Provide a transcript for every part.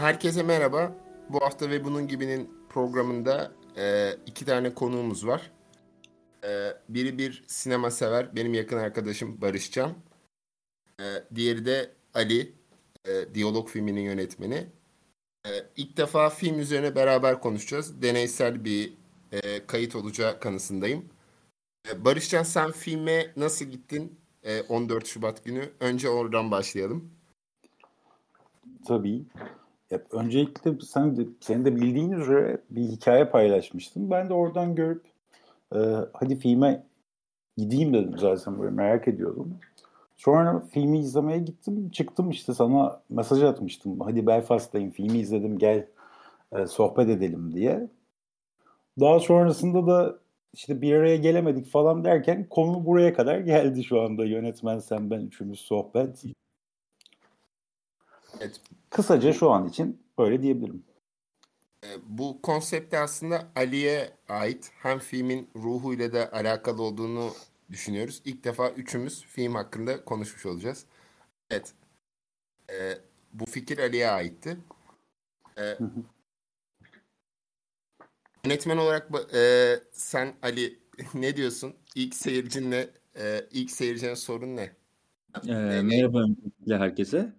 Herkese merhaba. Bu hafta ve bunun gibinin programında iki tane konuğumuz var. Biri bir sinema sever, benim yakın arkadaşım Barışcan. Diğeri de Ali, Diyalog filminin yönetmeni. İlk defa film üzerine beraber konuşacağız. Deneysel bir kayıt olacağı kanısındayım. Barışcan, sen filme nasıl gittin 14 Şubat günü? Önce oradan başlayalım. Tabii. Öncelikle senin de bildiğin üzere bir hikaye paylaşmıştım. Ben de oradan görüp e, hadi filme gideyim dedim, zaten böyle merak ediyordum. Sonra filmi izlemeye gittim. Çıktım, işte sana mesaj atmıştım. Hadi Belfast'tayım, filmi izledim, gel sohbet edelim diye. Daha sonrasında da işte bir araya gelemedik falan derken konu buraya kadar geldi şu anda. Yönetmen, sen, ben, üçümüz sohbet. Evet, Kısaca şu an için böyle diyebilirim. bu konsepte aslında Ali'ye ait, hem filmin ruhuyla da alakalı olduğunu düşünüyoruz. İlk defa üçümüz film hakkında konuşmuş olacağız. Evet, e, bu fikir Ali'ye aitti. E, Hı hı. Yönetmen olarak sen Ali ne diyorsun? İlk seyircinin sorun ne? Ne? Merhaba öncelikle herkese.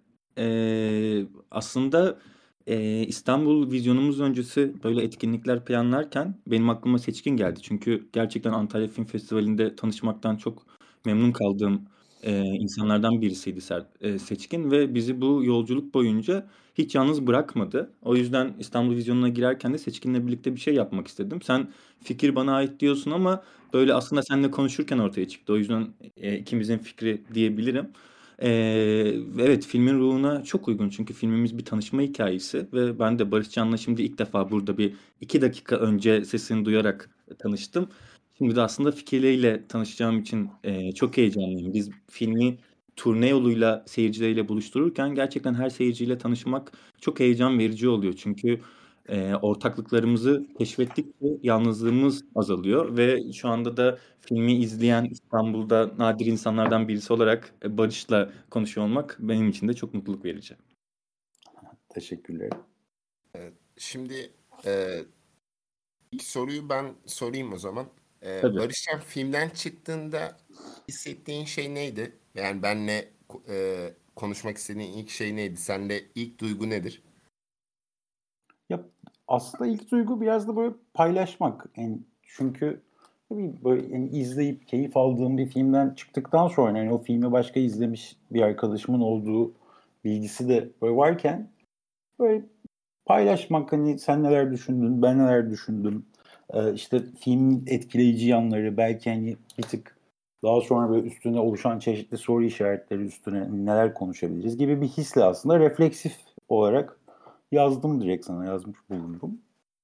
Aslında İstanbul vizyonumuz öncesi böyle etkinlikler planlarken benim aklıma Seçkin geldi. Çünkü gerçekten Antalya Film Festivali'nde tanışmaktan çok memnun kaldığım insanlardan birisiydi Seçkin ve bizi bu yolculuk boyunca hiç yalnız bırakmadı. O yüzden İstanbul vizyonuna girerken de Seçkin'le birlikte bir şey yapmak istedim. Sen fikir bana ait diyorsun ama böyle aslında seninle konuşurken ortaya çıktı. O yüzden ikimizin fikri diyebilirim. Ee, evet, filmin ruhuna çok uygun çünkü filmimiz bir tanışma hikayesi ve ben de Barış Can'la şimdi ilk defa burada bir 2 dakika önce sesini duyarak tanıştım. Şimdi de aslında fikirleriyle tanışacağım için çok heyecanlıyım. Biz filmi turne yoluyla seyircileriyle buluştururken gerçekten her seyirciyle tanışmak çok heyecan verici oluyor. Çünkü ortaklıklarımızı keşfettikçe yalnızlığımız azalıyor ve şu anda da filmi izleyen İstanbul'da nadir insanlardan birisi olarak Barış'la konuşuyor olmak benim için de çok mutluluk verici. Teşekkürler. Şimdi e, ilk soruyu ben sorayım o zaman. Tabii. Barışcan, filmden çıktığında hissettiğin şey neydi? Yani benle konuşmak istediğin ilk şey neydi? Sende ilk duygu nedir? Ya aslında ilk duygu biraz da böyle paylaşmak. Yani çünkü tabii böyle yani izleyip keyif aldığım bir filmden çıktıktan sonra yani o filmi başka izlemiş bir arkadaşımın olduğu bilgisi de böyle varken böyle paylaşmak, hani sen neler düşündün, ben neler düşündüm. İşte filmin etkileyici yanları, belki hani bir tık daha sonra böyle üstüne oluşan çeşitli soru işaretleri üstüne neler konuşabiliriz gibi bir hisle aslında refleksif olarak yazdım, direkt sana yazmış bulundum.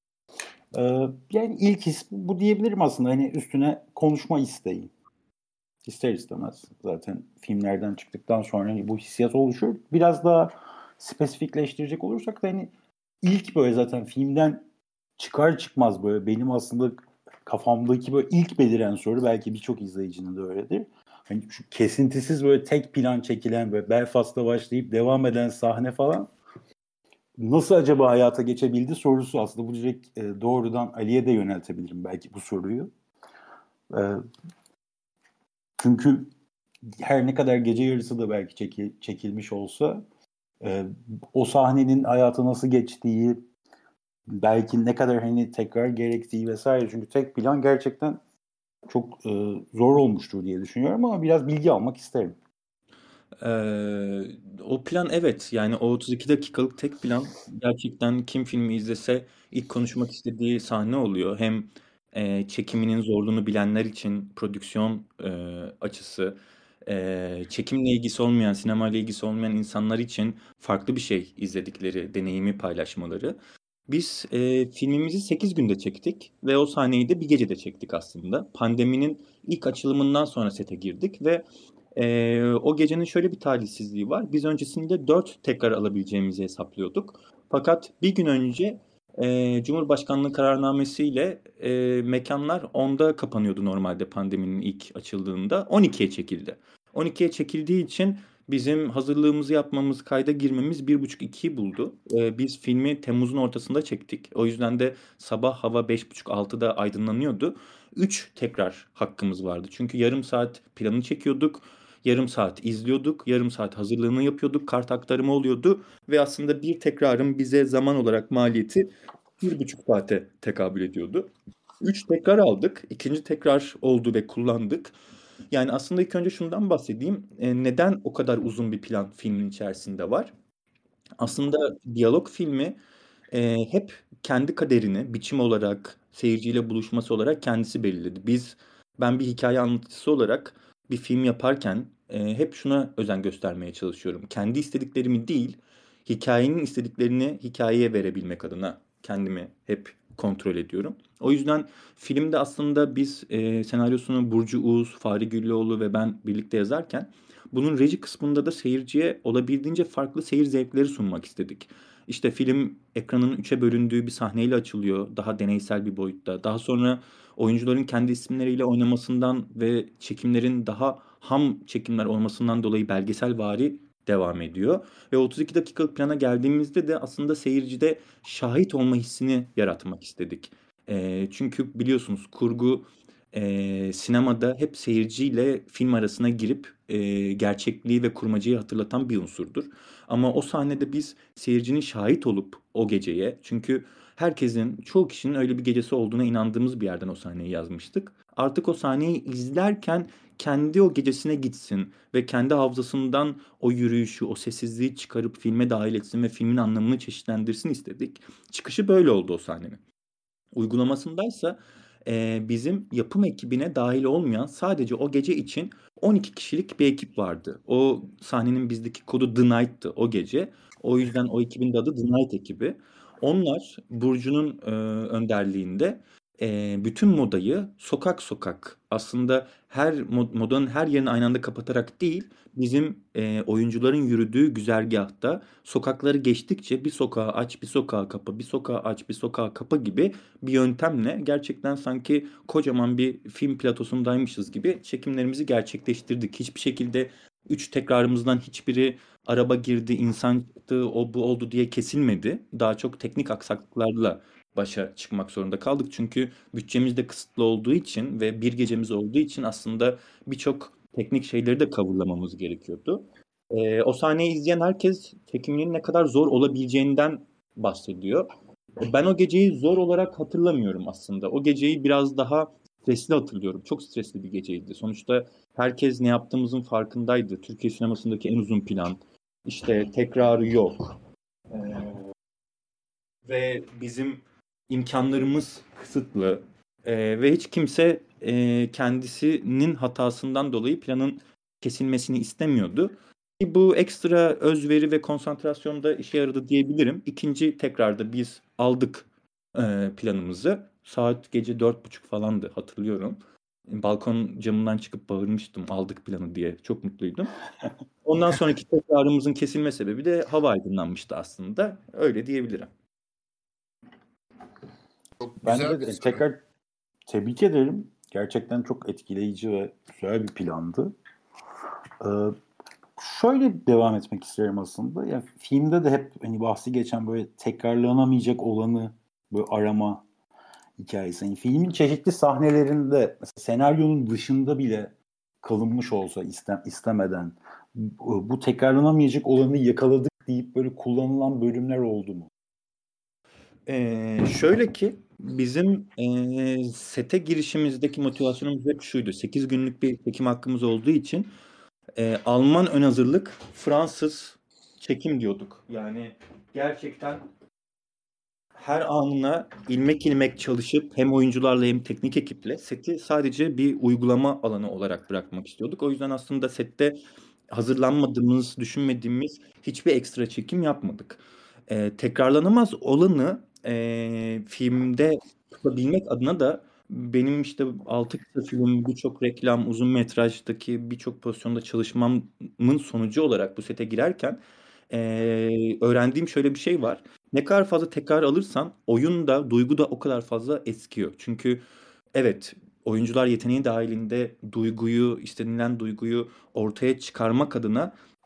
Yani ilk his bu diyebilirim aslında, hani üstüne konuşma isteği. İster istemez zaten filmlerden çıktıktan sonra hani bu hissiyat oluşur. Biraz daha spesifikleştirecek olursak da hani ilk böyle zaten filmden çıkar çıkmaz böyle benim aslında kafamdaki böyle ilk beliren soru, belki birçok izleyicinin de öyledir. Hani şu kesintisiz böyle tek plan çekilen, böyle Belfast'ta başlayıp devam eden sahne falan nasıl acaba hayata geçebildi sorusu aslında. Bu direkt doğrudan Ali'ye de yöneltebilirim belki bu soruyu. E, Çünkü her ne kadar gece yarısı da belki çekilmiş olsa o sahnenin hayata nasıl geçtiği, belki ne kadar hani tekrar gerektiği vesaire. Çünkü tek plan gerçekten çok zor olmuştur diye düşünüyorum ama biraz bilgi almak isterim. O plan, evet, yani o 32 dakikalık tek plan gerçekten kim filmi izlese ilk konuşmak istediği sahne oluyor. Hem çekiminin zorluğunu bilenler için prodüksiyon açısı, çekimle ilgisi olmayan, sinemayla ilgisi olmayan insanlar için farklı bir şey izledikleri, deneyimi paylaşmaları. Biz filmimizi 8 günde çektik ve o sahneyi de bir gecede çektik aslında. Pandeminin ilk açılımından sonra sete girdik ve o gecenin şöyle bir talihsizliği var. Biz öncesinde 4 tekrar alabileceğimizi hesaplıyorduk. Fakat bir gün önce Cumhurbaşkanlığı kararnamesiyle mekanlar 10'da kapanıyordu normalde pandeminin ilk açıldığında. 12'ye çekildi. 12'ye çekildiği için Bizim hazırlığımızı yapmamız, kayda girmemiz 1,5-2'yi buldu. Biz filmi Temmuz'un ortasında çektik. O yüzden de sabah hava 5.30-6'da aydınlanıyordu. 3 tekrar hakkımız vardı. Çünkü yarım saat planı çekiyorduk, yarım saat izliyorduk, yarım saat hazırlığını yapıyorduk, kart aktarımı oluyordu ve aslında bir tekrarın bize zaman olarak maliyeti 1,5 saate tekabül ediyordu. 3 tekrar aldık. İkinci tekrar oldu ve kullandık. Yani aslında ilk önce şundan bahsedeyim. Neden o kadar uzun bir plan filmin içerisinde var? Aslında diyalog filmi hep kendi kaderini biçim olarak, seyirciyle buluşması olarak kendisi belirledi. Ben bir hikaye anlatıcısı olarak bir film yaparken hep şuna özen göstermeye çalışıyorum. Kendi istediklerimi değil, hikayenin istediklerini hikayeye verebilmek adına kendimi hep kontrol ediyorum. O yüzden filmde aslında biz senaryosunu Burcu Uğuz, Fahri Güllüoğlu ve ben birlikte yazarken bunun reji kısmında da seyirciye olabildiğince farklı seyir zevkleri sunmak istedik. İşte film ekranın üçe bölündüğü bir sahneyle açılıyor. Daha deneysel bir boyutta. Daha sonra oyuncuların kendi isimleriyle oynamasından ve çekimlerin daha ham çekimler olmasından dolayı belgeselvari devam ediyor. Ve 32 dakikalık plana geldiğimizde de aslında seyircide şahit olma hissini yaratmak istedik. Çünkü biliyorsunuz kurgu sinemada hep seyirciyle film arasına girip gerçekliği ve kurmacayı hatırlatan bir unsurdur. Ama o sahnede biz seyircinin şahit olup o geceye, çünkü çoğu kişinin öyle bir gecesi olduğuna inandığımız bir yerden o sahneyi yazmıştık. Artık o sahneyi izlerken kendi o gecesine gitsin ve kendi hafızasından o yürüyüşü, o sessizliği çıkarıp filme dahil etsin ve filmin anlamını çeşitlendirsin istedik. Çıkışı böyle oldu o sahnenin. Uygulamasındaysa bizim yapım ekibine dahil olmayan sadece o gece için 12 kişilik bir ekip vardı. O sahnenin bizdeki kodu The Night'tı o gece. O yüzden o ekibin de adı The Night ekibi. Onlar Burcu'nun önderliğinde bütün modayı sokak sokak aslında modanın her yerini aynı anda kapatarak değil, bizim oyuncuların yürüdüğü güzergahta sokakları geçtikçe bir sokağı aç, bir sokağı kapa, bir sokağı aç, bir sokağı kapa gibi bir yöntemle gerçekten sanki kocaman bir film platosundaymışız gibi çekimlerimizi gerçekleştirdik. Hiçbir şekilde 3 tekrarımızdan hiçbiri araba girdi, insan çıktı, o bu oldu diye kesilmedi. Daha çok teknik aksaklıklarla başa çıkmak zorunda kaldık. Çünkü bütçemiz de kısıtlı olduğu için ve bir gecemiz olduğu için aslında birçok teknik şeyleri de kavurlamamız gerekiyordu. O sahneyi izleyen herkes çekiminin ne kadar zor olabileceğinden bahsediyor. Ben o geceyi zor olarak hatırlamıyorum aslında. O geceyi biraz daha stresli hatırlıyorum. Çok stresli bir geceydi. Sonuçta herkes ne yaptığımızın farkındaydı. Türkiye sinemasındaki en uzun plan. İşte tekrarı yok. Ee, Ve bizim imkanlarımız kısıtlı. Ve hiç kimse kendisinin hatasından dolayı planın kesilmesini istemiyordu. Bu ekstra özveri ve konsantrasyonda işe yaradı diyebilirim. İkinci tekrarda biz aldık planımızı. Saat gece 4.30 falandı hatırlıyorum. Balkon camından çıkıp bağırmıştım aldık planı diye. Çok mutluydum. Ondan sonraki tekrarımızın kesilme sebebi de hava aydınlanmıştı aslında. Öyle diyebilirim. Çok Ben güzel de bir soru. tekrar tebrik ederim. Gerçekten çok etkileyici ve güzel bir plandı. Ee, Şöyle devam etmek isterim aslında. Yani filmde de hep hani bahsi geçen böyle tekrarlanamayacak olanı böyle arama hikayesi. Yani filmin çeşitli sahnelerinde mesela senaryonun dışında bile kalınmış olsa istemeden bu tekrarlanamayacak olanı yakaladık deyip böyle kullanılan bölümler oldu mu? Şöyle ki bizim sete girişimizdeki motivasyonumuz hep şuydu. 8 günlük bir çekim hakkımız olduğu için Alman ön hazırlık, Fransız çekim diyorduk. Yani gerçekten her anına ilmek ilmek çalışıp hem oyuncularla hem teknik ekiple seti sadece bir uygulama alanı olarak bırakmak istiyorduk. O yüzden aslında sette hazırlanmadığımız, düşünmediğimiz hiçbir ekstra çekim yapmadık. Tekrarlanamaz olanı filmde tutabilmek adına da benim işte 6 kısa film, birçok reklam, uzun metrajdaki birçok pozisyonda çalışmamın sonucu olarak bu sete girerken öğrendiğim şöyle bir şey var. Ne kadar fazla tekrar alırsan oyun da duygu da o kadar fazla eskiyor. Çünkü evet oyuncular yeteneği dahilinde duyguyu, istenilen duyguyu ortaya çıkarmak adına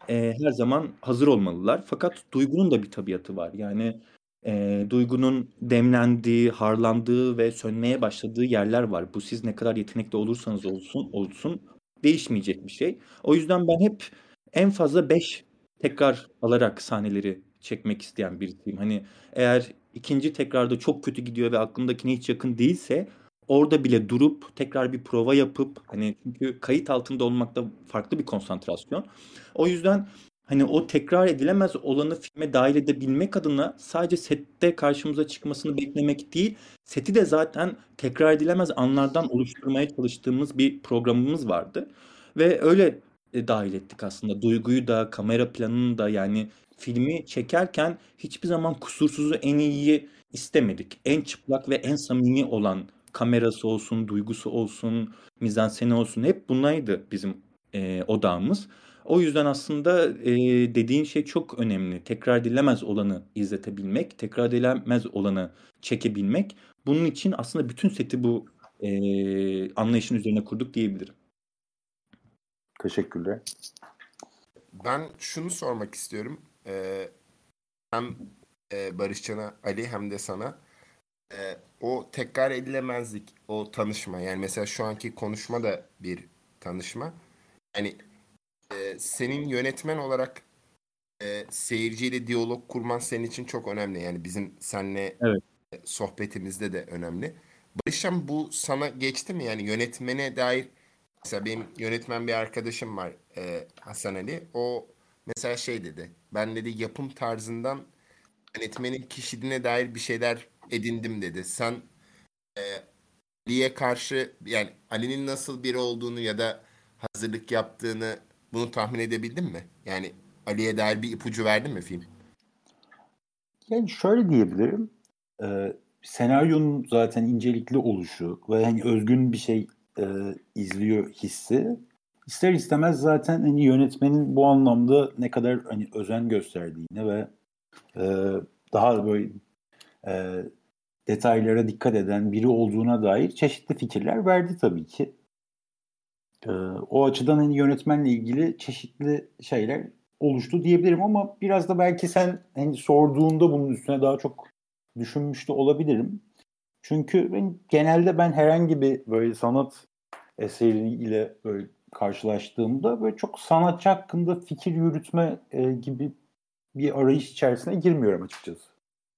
her zaman hazır olmalılar. Fakat duygunun da bir tabiatı var. Yani duygunun demlendiği, harlandığı ve sönmeye başladığı yerler var. Bu siz ne kadar yetenekli olursanız olsun değişmeyecek bir şey. O yüzden ben hep en fazla 5 tekrar alarak sahneleri çekmek isteyen birisiyim. Hani eğer ikinci tekrarda çok kötü gidiyor ve aklımdakine hiç yakın değilse orada bile durup tekrar bir prova yapıp hani çünkü kayıt altında olmak da farklı bir konsantrasyon. O yüzden hani o tekrar edilemez olanı filme dahil edebilmek adına sadece sette karşımıza çıkmasını beklemek değil, seti de zaten tekrar edilemez anlardan oluşturmaya çalıştığımız bir programımız vardı. Ve öyle dahil ettik aslında. Duyguyu da, kamera planını da yani filmi çekerken hiçbir zaman kusursuzu en iyiyi istemedik. En çıplak ve en samimi olan kamerası olsun, duygusu olsun, mizanseni olsun hep bunlaydı bizim odağımız. O yüzden aslında dediğin şey çok önemli. Tekrar edilemez olanı izletebilmek, tekrar edilemez olanı çekebilmek. Bunun için aslında bütün seti bu anlayışın üzerine kurduk diyebilirim. Teşekkürler. Ben şunu sormak istiyorum. Hem Barışcan'a, Ali hem de sana. O tekrar edilemezlik, o tanışma. Yani mesela şu anki konuşma da bir tanışma. Yani senin yönetmen olarak seyirciyle diyalog kurman senin için çok önemli. Yani bizim seninle Evet. sohbetimizde de önemli. Barışcan, bu sana geçti mi? Yani yönetmene dair, mesela benim yönetmen bir arkadaşım var, Hasan Ali. O mesela şey dedi. Ben dedi yapım tarzından yönetmenin kişiliğine dair bir şeyler edindim dedi. Sen e, Ali'ye karşı, yani Ali'nin nasıl biri olduğunu ya da hazırlık yaptığını bunu tahmin edebildin mi? Yani Ali'ye dair bir ipucu verdi mi film? Yani şöyle diyebilirim. Senaryonun zaten incelikli oluşu ve hani özgün bir şey izliyor hissi ister istemez zaten hani yönetmenin bu anlamda ne kadar hani özen gösterdiğini ve e, daha böyle e, detaylara dikkat eden biri olduğuna dair çeşitli fikirler verdi tabii ki. O açıdan hani yönetmenle ilgili çeşitli şeyler oluştu diyebilirim ama biraz da belki sen hani sorduğunda bunun üstüne daha çok düşünmüş de olabilirim. Çünkü genelde ben herhangi bir böyle sanat eseriyle böyle karşılaştığımda böyle çok sanatçı hakkında fikir yürütme gibi bir arayış içerisine girmiyorum açıkçası.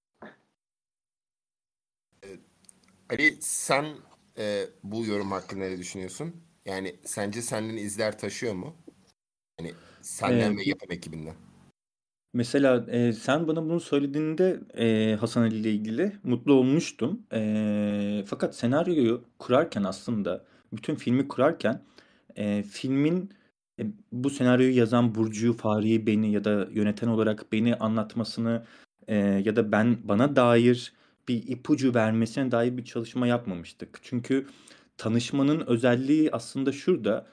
E, Ali, sen bu yorum hakkında ne düşünüyorsun? Yani sence senden izler taşıyor mu? Hani E, senden ve yapım ekibinden. Mesela sen bana bunu söylediğinde Hasan Ali ile ilgili mutlu olmuştum. Fakat senaryoyu kurarken aslında bütün filmi kurarken filmin bu senaryoyu yazan Burcu'yu, Fahri'yi, beni ya da yöneten olarak beni anlatmasını ya da bana dair bir ipucu vermesine dair bir çalışma yapmamıştık. Çünkü tanışmanın özelliği aslında şurada.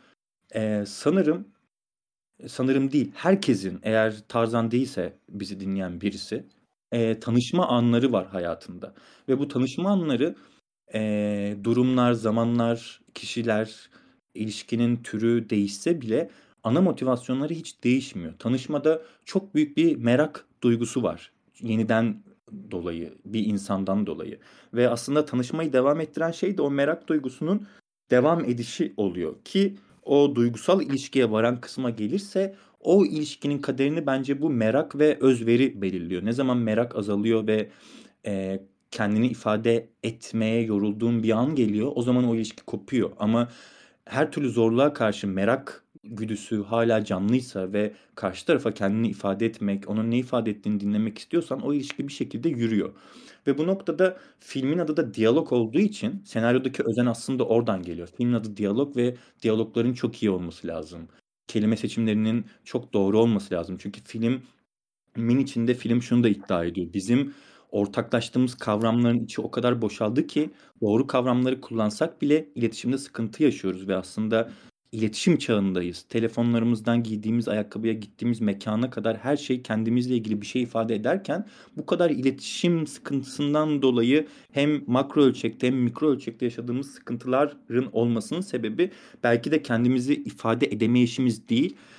Sanırım değil, herkesin eğer Tarzan değilse bizi dinleyen birisi tanışma anları var hayatında. Ve bu tanışma anları durumlar, zamanlar, kişiler, ilişkinin türü değişse bile ana motivasyonları hiç değişmiyor. Tanışmada çok büyük bir merak duygusu var. Yeniden dolayı, bir insandan dolayı. Ve aslında tanışmayı devam ettiren şey de o merak duygusunun devam edişi oluyor. Ki o duygusal ilişkiye varan kısma gelirse o ilişkinin kaderini bence bu merak ve özveri belirliyor. Ne zaman merak azalıyor ve e, kendini ifade etmeye yorulduğun bir an geliyor, o zaman o ilişki kopuyor. Ama her türlü zorluğa karşı merak güdüsü hala canlıysa ve karşı tarafa kendini ifade etmek, onun ne ifade ettiğini dinlemek istiyorsan o ilişki bir şekilde yürüyor. Ve bu noktada filmin adı da diyalog olduğu için senaryodaki özen aslında oradan geliyor. Filmin adı diyalog ve diyalogların çok iyi olması lazım. Kelime seçimlerinin çok doğru olması lazım. Çünkü filmin içinde film şunu da iddia ediyor. Bizim ortaklaştığımız kavramların içi o kadar boşaldı ki doğru kavramları kullansak bile iletişimde sıkıntı yaşıyoruz ve aslında iletişim çağındayız. Telefonlarımızdan giydiğimiz ayakkabıya gittiğimiz mekana kadar her şey kendimizle ilgili bir şey ifade ederken bu kadar iletişim sıkıntısından dolayı hem makro ölçekte hem mikro ölçekte yaşadığımız sıkıntıların olmasının sebebi belki de kendimizi ifade edemeyişimiz değil,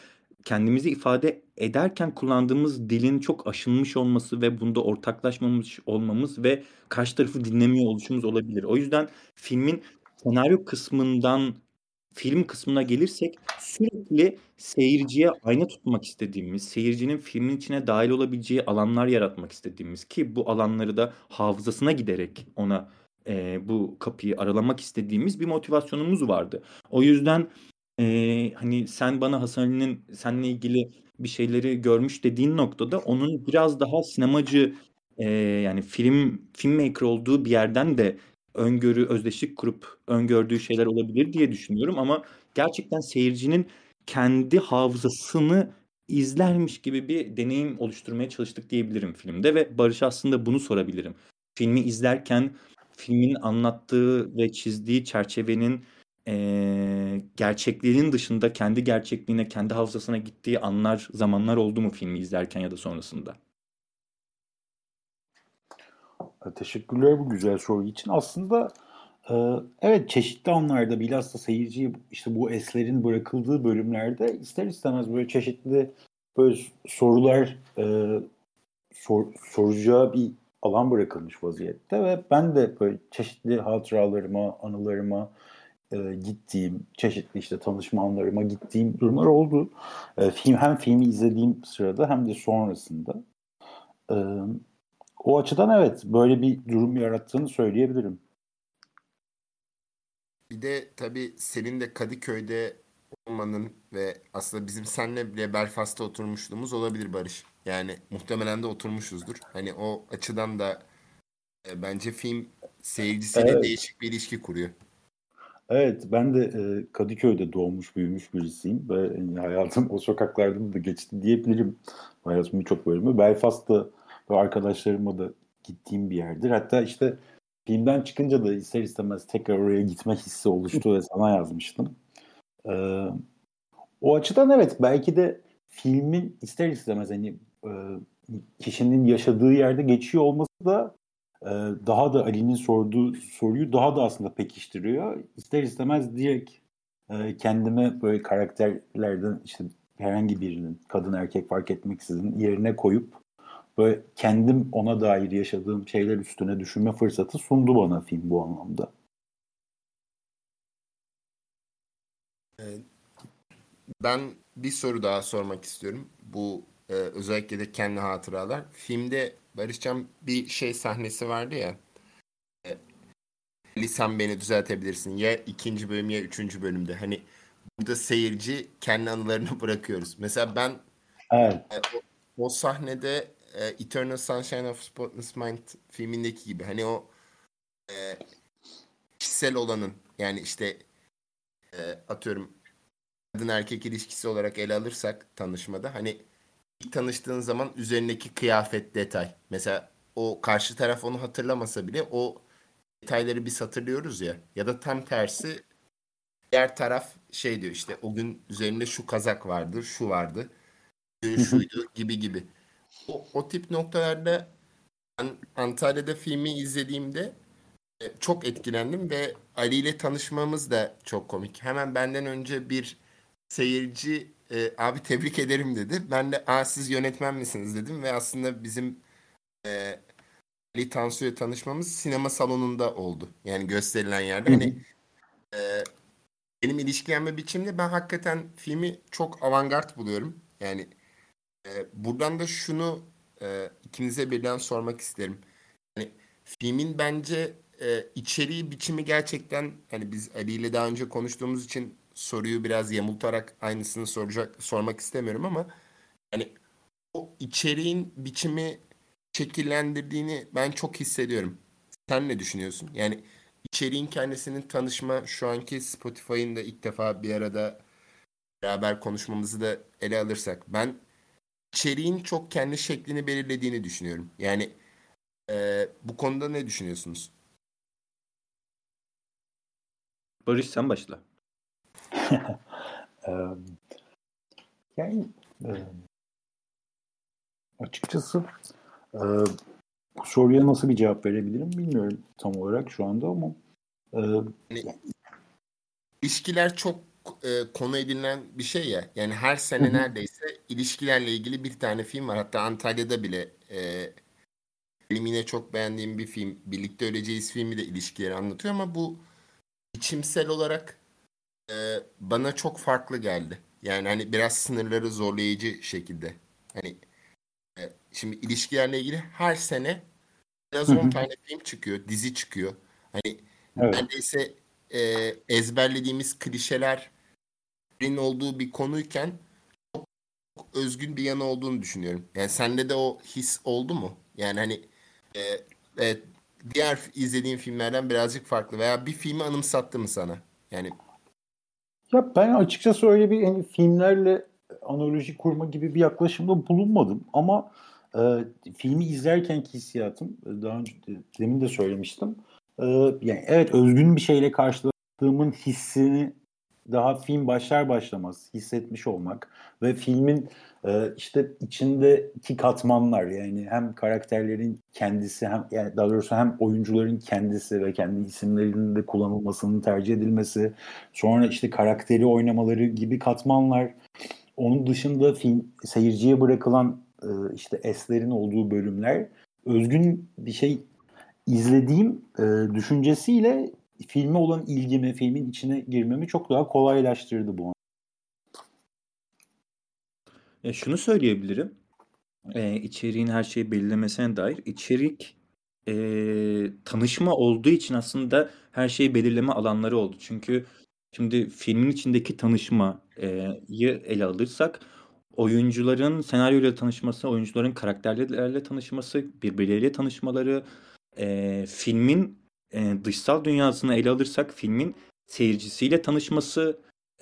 kendimizi ifade ederken kullandığımız dilin çok aşınmış olması ve bunda ortaklaşmamış olmamız ve karşı tarafı dinlemiyor oluşumuz olabilir. O yüzden filmin senaryo kısmından film kısmına gelirsek sürekli seyirciye ayna tutmak istediğimiz, seyircinin filmin içine dahil olabileceği alanlar yaratmak istediğimiz ki bu alanları da hafızasına giderek ona bu kapıyı aralamak istediğimiz bir motivasyonumuz vardı. O yüzden hani sen bana Hasan Ali'nin seninle ilgili bir şeyleri görmüş dediğin noktada onun biraz daha sinemacı yani filmmaker olduğu bir yerden de özdeşlik kurup öngördüğü şeyler olabilir diye düşünüyorum ama gerçekten seyircinin kendi hafızasını izlermiş gibi bir deneyim oluşturmaya çalıştık diyebilirim filmde ve Barış'a aslında bunu sorabilirim. Filmi izlerken filmin anlattığı ve çizdiği çerçevenin gerçekliğinin dışında kendi gerçekliğine, kendi hafızasına gittiği anlar, zamanlar oldu mu filmi izlerken ya da sonrasında? Teşekkürler bu güzel soru için. Aslında evet, çeşitli anlarda bilhassa seyirciye işte bu eslerin bırakıldığı bölümlerde ister istemez böyle çeşitli böyle sorular soracağı bir alan bırakılmış vaziyette ve ben de böyle çeşitli hatıralarıma, anılarıma gittiğim, çeşitli işte tanışma anlarıma gittiğim durumlar oldu. Hem filmi izlediğim sırada hem de sonrasında. E, O açıdan evet, böyle bir durum yarattığını söyleyebilirim. Bir de tabii senin de Kadıköy'de olmanın ve aslında bizim seninle bile Belfast'ta oturmuşluğumuz olabilir Barış. Yani muhtemelen de oturmuşuzdur. Hani o açıdan da bence film seyircisiyle Evet, değişik bir ilişki kuruyor. evet, ben de Kadıköy'de doğmuş büyümüş birisiyim ve hayatım o sokaklarda da geçti diyebilirim. Hayatımın birçok bölümü. Belfast'ta ve arkadaşlarımla da gittiğim bir yerdir. Hatta işte filmden çıkınca da ister istemez tekrar oraya gitme hissi oluştu ve sana yazmıştım. E, O açıdan evet, belki de filmin ister istemez hani e, kişinin yaşadığı yerde geçiyor olması da e, daha da Ali'nin sorduğu soruyu daha da aslında pekiştiriyor. İster istemez direkt kendime böyle karakterlerden işte herhangi birinin, kadın erkek fark etmeksizin, yerine koyup böyle kendim ona dair yaşadığım şeyler üstüne düşünme fırsatı sundu bana film bu anlamda. E, Ben bir soru daha sormak istiyorum. Bu özellikle de kendi hatıralar. Filmde Barışcan bir şey sahnesi vardı ya. E, Ali sen beni düzeltebilirsin. Ya ikinci bölüm ya üçüncü bölümde. Hani burada seyirci kendi anılarını bırakıyoruz. Mesela ben Evet. o sahnede Eternal Sunshine of Spotless Mind filmindeki gibi hani o e, kişisel olanın yani işte atıyorum kadın erkek ilişkisi olarak ele alırsak tanışmada hani ilk tanıştığın zaman üzerindeki kıyafet detay. Mesela o karşı taraf onu hatırlamasa bile o detayları biz hatırlıyoruz ya. Ya da tam tersi diğer taraf şey diyor işte o gün üzerinde şu kazak vardı, şu vardı, gün şuydu gibi gibi. O tip noktalarda ben Antalya'da filmi izlediğimde çok etkilendim ve Ali ile tanışmamız da çok komik. Hemen benden önce bir seyirci abi tebrik ederim dedi. Ben de siz yönetmen misiniz dedim ve aslında bizim e, Ali Tansu'yla tanışmamız sinema salonunda oldu. Yani gösterilen yerde. Hani e, benim ilişkilenme biçimde ben hakikaten filmi çok avantgard buluyorum. Yani buradan da şunu ikinize birden sormak isterim. Hani filmin bence içeriği biçimi gerçekten hani biz Ali ile daha önce konuştuğumuz için soruyu biraz yamultarak aynısını sormak istemiyorum ama hani o içeriğin biçimi şekillendirdiğini ben çok hissediyorum. Sen ne düşünüyorsun? Yani içeriğin kendisinin tanışma şu anki Spotify'ın da ilk defa bir arada beraber konuşmamızı da ele alırsak ben içeriğin çok kendi şeklini belirlediğini düşünüyorum. Yani bu konuda ne düşünüyorsunuz? Barış sen başla. Ee, Yani e, açıkçası e, bu soruya nasıl bir cevap verebilirim bilmiyorum tam olarak şu anda ama e, Yani ilişkiler çok konu edinilen bir şey ya. Yani her sene neredeyse ilişkilerle ilgili bir tane film var. Hatta Antalya'da bile benim yine çok beğendiğim bir film. Birlikte Öleceğiz filmi de ilişkileri anlatıyor ama bu biçimsel olarak bana çok farklı geldi. Yani hani biraz sınırları zorlayıcı şekilde. Hani şimdi ilişkilerle ilgili her sene en az 10 tane film çıkıyor, dizi çıkıyor. Hani Evet. neredeyse ezberlediğimiz klişelerin olduğu bir konuyken özgün bir yanı olduğunu düşünüyorum. Yani sende de o his oldu mu? Yani hani e, e, diğer izlediğin filmlerden birazcık farklı veya bir filmi anımsattı mı sana? Yani Ya ben açıkçası öyle bir filmlerle analoji kurma gibi bir yaklaşımda bulunmadım ama filmi izlerkenki hissiyatım daha önce demin de söylemiştim. Yani evet, özgün bir şeyle karşıladığımın hissini daha film başlar başlamaz hissetmiş olmak ve filmin işte içindeki katmanlar, yani hem karakterlerin kendisi, hem yani daha doğrusu hem oyuncuların kendisi ve kendi isimlerinin de kullanılmasının tercih edilmesi, sonra işte karakteri oynamaları gibi katmanlar, onun dışında film seyirciye bırakılan işte eslerin olduğu bölümler, özgün bir şey izlediğim düşüncesiyle filme olan ilgimi, filmin içine girmemi çok daha kolaylaştırdı bu. Şunu söyleyebilirim. İçeriğin her şeyi belirlemesine dair. İçerik tanışma olduğu için aslında her şeyi belirleme alanları oldu. Çünkü şimdi filmin içindeki tanışmayı ele alırsak oyuncuların senaryoyla tanışması, oyuncuların karakterlerle tanışması, birbirleriyle tanışmaları, filmin dışsal dünyasını ele alırsak filmin seyircisiyle tanışması,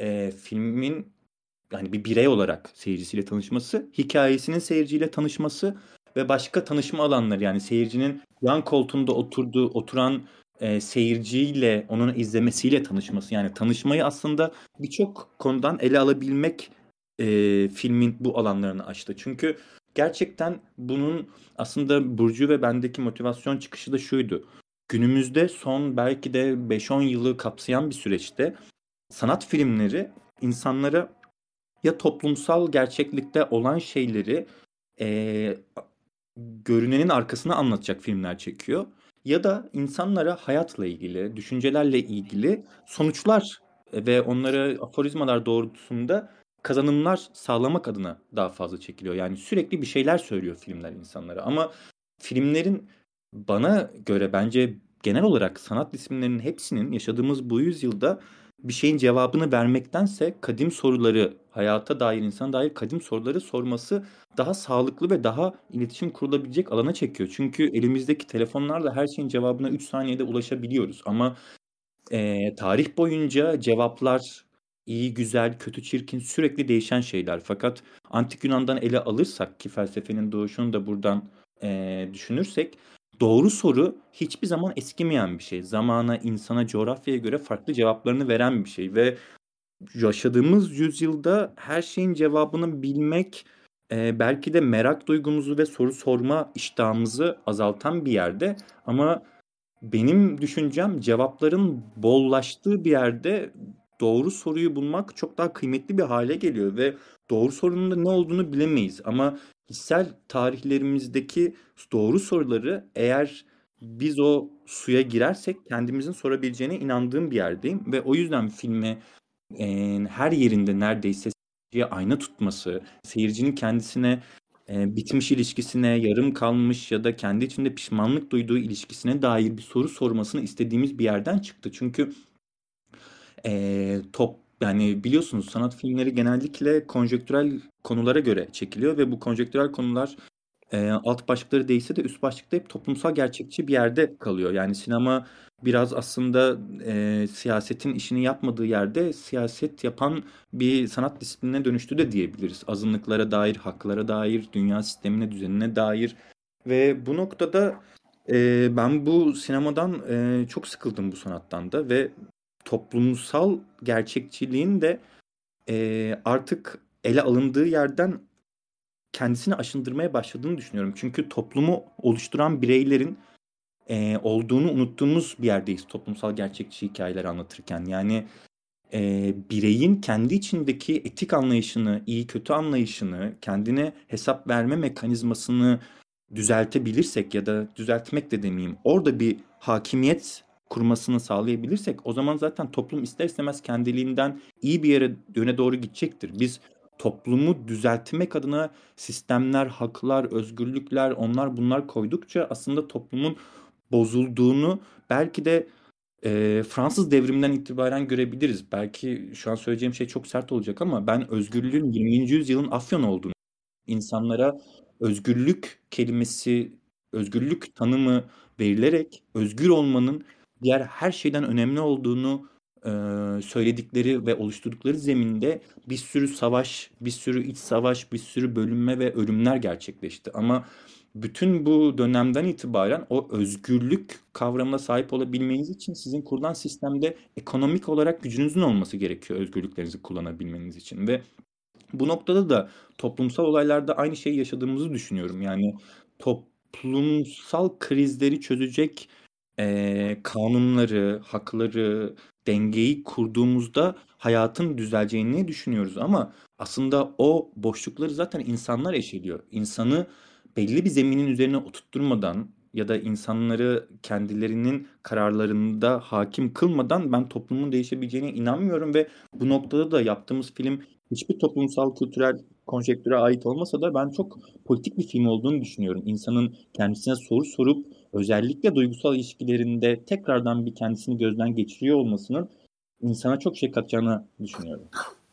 filmin yani bir birey olarak seyircisiyle tanışması, hikayesinin seyirciyle tanışması ve başka tanışma alanları, yani seyircinin yan koltuğunda oturan seyirciyle onun izlemesiyle tanışması, yani tanışmayı aslında birçok konudan ele alabilmek filmin bu alanlarını açtı. Çünkü gerçekten bunun aslında Burcu ve bendeki motivasyon çıkışı da şuydu. Günümüzde son belki de 5-10 yılı kapsayan bir süreçte sanat filmleri insanlara ya toplumsal gerçeklikte olan şeyleri eee, görünenin arkasına anlatacak filmler çekiyor. Ya da insanlara hayatla ilgili, düşüncelerle ilgili sonuçlar ve onlara aforizmalar doğrultusunda kazanımlar sağlamak adına daha fazla çekiliyor. Yani sürekli bir şeyler söylüyor filmler insanlara. Ama filmlerin bana göre bence genel olarak sanat disiplinlerinin hepsinin yaşadığımız bu yüzyılda bir şeyin cevabını vermektense kadim soruları, hayata dair, insana dair kadim soruları sorması daha sağlıklı ve daha iletişim kurulabilecek alana çekiyor. Çünkü elimizdeki telefonlarla her şeyin cevabına 3 saniyede ulaşabiliyoruz. Ama tarih boyunca cevaplar iyi, güzel, kötü, çirkin sürekli değişen şeyler. Fakat Antik Yunan'dan ele alırsak ki felsefenin doğuşunu da buradan düşünürsek doğru soru hiçbir zaman eskimeyen bir şey. Zamana, insana, coğrafyaya göre farklı cevaplarını veren bir şey ve yaşadığımız yüzyılda her şeyin cevabını bilmek belki de merak duygumuzu ve soru sorma iştahımızı azaltan bir yerde. Ama benim düşüncem cevapların bollaştığı bir yerde doğru soruyu bulmak çok daha kıymetli bir hale geliyor ve doğru sorunun da ne olduğunu bilemeyiz. Ama hissel tarihlerimizdeki doğru soruları eğer biz o suya girersek kendimizin sorabileceğine inandığım bir yerdeyim ve o yüzden filme her yerinde neredeyse seyirciye ayna tutması, seyircinin kendisine bitmiş ilişkisine, yarım kalmış ya da kendi içinde pişmanlık duyduğu ilişkisine dair bir soru sormasını istediğimiz bir yerden çıktı. Çünkü yani biliyorsunuz sanat filmleri genellikle konjektürel konulara göre çekiliyor ve bu konjektürel konular alt başlıkları değişse de üst başlıkta hep toplumsal gerçekçi bir yerde kalıyor. Yani sinema biraz aslında siyasetin işini yapmadığı yerde siyaset yapan bir sanat disiplinine dönüştü de diyebiliriz. Azınlıklara dair, haklara dair, dünya sistemine, düzenine dair ve bu noktada ben bu sinemadan çok sıkıldım, bu sanattan da ve toplumsal gerçekçiliğin de artık ele alındığı yerden kendisini aşındırmaya başladığını düşünüyorum. Çünkü toplumu oluşturan bireylerin olduğunu unuttuğumuz bir yerdeyiz toplumsal gerçekçi hikayeler anlatırken. Yani bireyin kendi içindeki etik anlayışını, iyi kötü anlayışını, kendine hesap verme mekanizmasını düzeltebilirsek ya da düzeltmek de demeyeyim, orada bir hakimiyet kurmasını sağlayabilirsek o zaman zaten toplum ister istemez kendiliğinden iyi bir yöne doğru gidecektir. Biz toplumu düzeltmek adına sistemler, haklar, özgürlükler, onlar bunlar koydukça aslında toplumun bozulduğunu belki de Fransız devriminden itibaren görebiliriz. Belki şu an söyleyeceğim şey çok sert olacak ama ben özgürlüğün 20. yüzyılın Afyon olduğunu, insanlara özgürlük kelimesi, özgürlük tanımı verilerek özgür olmanın diğer her şeyden önemli olduğunu söyledikleri ve oluşturdukları zeminde bir sürü savaş, bir sürü iç savaş, bir sürü bölünme ve ölümler gerçekleşti. Ama bütün bu dönemden itibaren o özgürlük kavramına sahip olabilmeniz için sizin kurulan sistemde ekonomik olarak gücünüzün olması gerekiyor özgürlüklerinizi kullanabilmeniz için. Ve bu noktada da toplumsal olaylarda aynı şeyi yaşadığımızı düşünüyorum. Yani toplumsal krizleri çözecek kanunları, hakları, dengeyi kurduğumuzda hayatın düzeleceğini düşünüyoruz. Ama aslında o boşlukları zaten insanlar eşeliyor. İnsanı belli bir zeminin üzerine oturtturmadan ya da insanları kendilerinin kararlarında hakim kılmadan ben toplumun değişebileceğine inanmıyorum ve bu noktada da yaptığımız film hiçbir toplumsal kültürel konjektüre ait olmasa da ben çok politik bir film olduğunu düşünüyorum. İnsanın kendisine soru sorup özellikle duygusal ilişkilerinde tekrardan bir kendisini gözden geçiriyor olmasının insana çok şey katacağını düşünüyorum.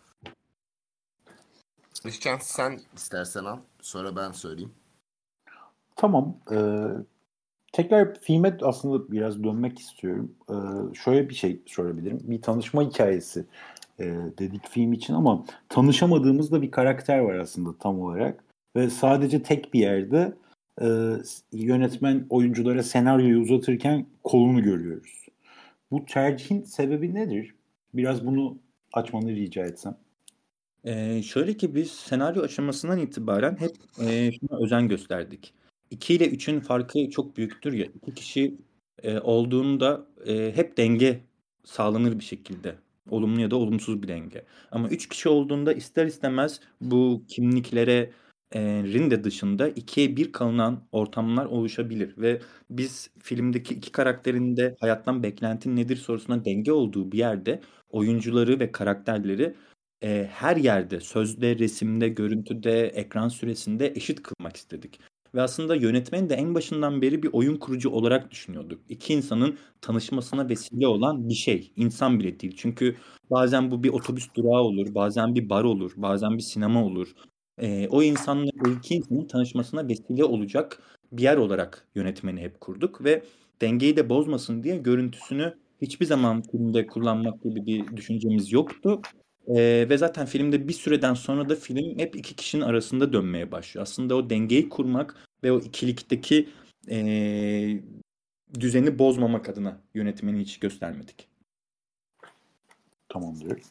Barışcan sen istersen al. Sonra ben söyleyeyim. Tamam. Tekrar filme aslında biraz dönmek istiyorum. Şöyle bir şey sorabilirim. Bir tanışma hikayesi dedik film için ama tanışamadığımız da bir karakter var aslında tam olarak. Ve sadece tek bir yerde yönetmen oyunculara senaryoyu uzatırken kolunu görüyoruz. Bu tercihin sebebi nedir? Biraz bunu açmanı rica etsem. Şöyle ki biz senaryo aşamasından itibaren hep şuna özen gösterdik. 2 ile 3'ün farkı çok büyüktür ya. 2 kişi olduğunda hep denge sağlanır bir şekilde. Olumlu ya da olumsuz bir denge. Ama 3 kişi olduğunda ister istemez bu kimliklere rin de dışında 2'ye 1 kalınan ortamlar oluşabilir. Ve biz filmdeki iki karakterin de hayattan beklentin nedir sorusuna denge olduğu bir yerde oyuncuları ve karakterleri her yerde, sözde, resimde, görüntüde, ekran süresinde eşit kılmak istedik. Ve aslında yönetmen de en başından beri bir oyun kurucu olarak düşünüyorduk. İki insanın tanışmasına vesile olan bir şey. İnsan bile değil. Çünkü bazen bu bir otobüs durağı olur, bazen bir bar olur, bazen bir sinema olur. O insanla, o iki insanın tanışmasına vesile olacak bir yer olarak yönetmeni hep kurduk. Ve dengeyi de bozmasın diye görüntüsünü hiçbir zaman filmde kullanmak gibi bir düşüncemiz yoktu. Ve zaten filmde bir süreden sonra da film hep iki kişinin arasında dönmeye başlıyor. Aslında o dengeyi kurmak ve o ikilikteki eee, düzeni bozmamak adına yönetmeni hiç göstermedik. Tamamdır.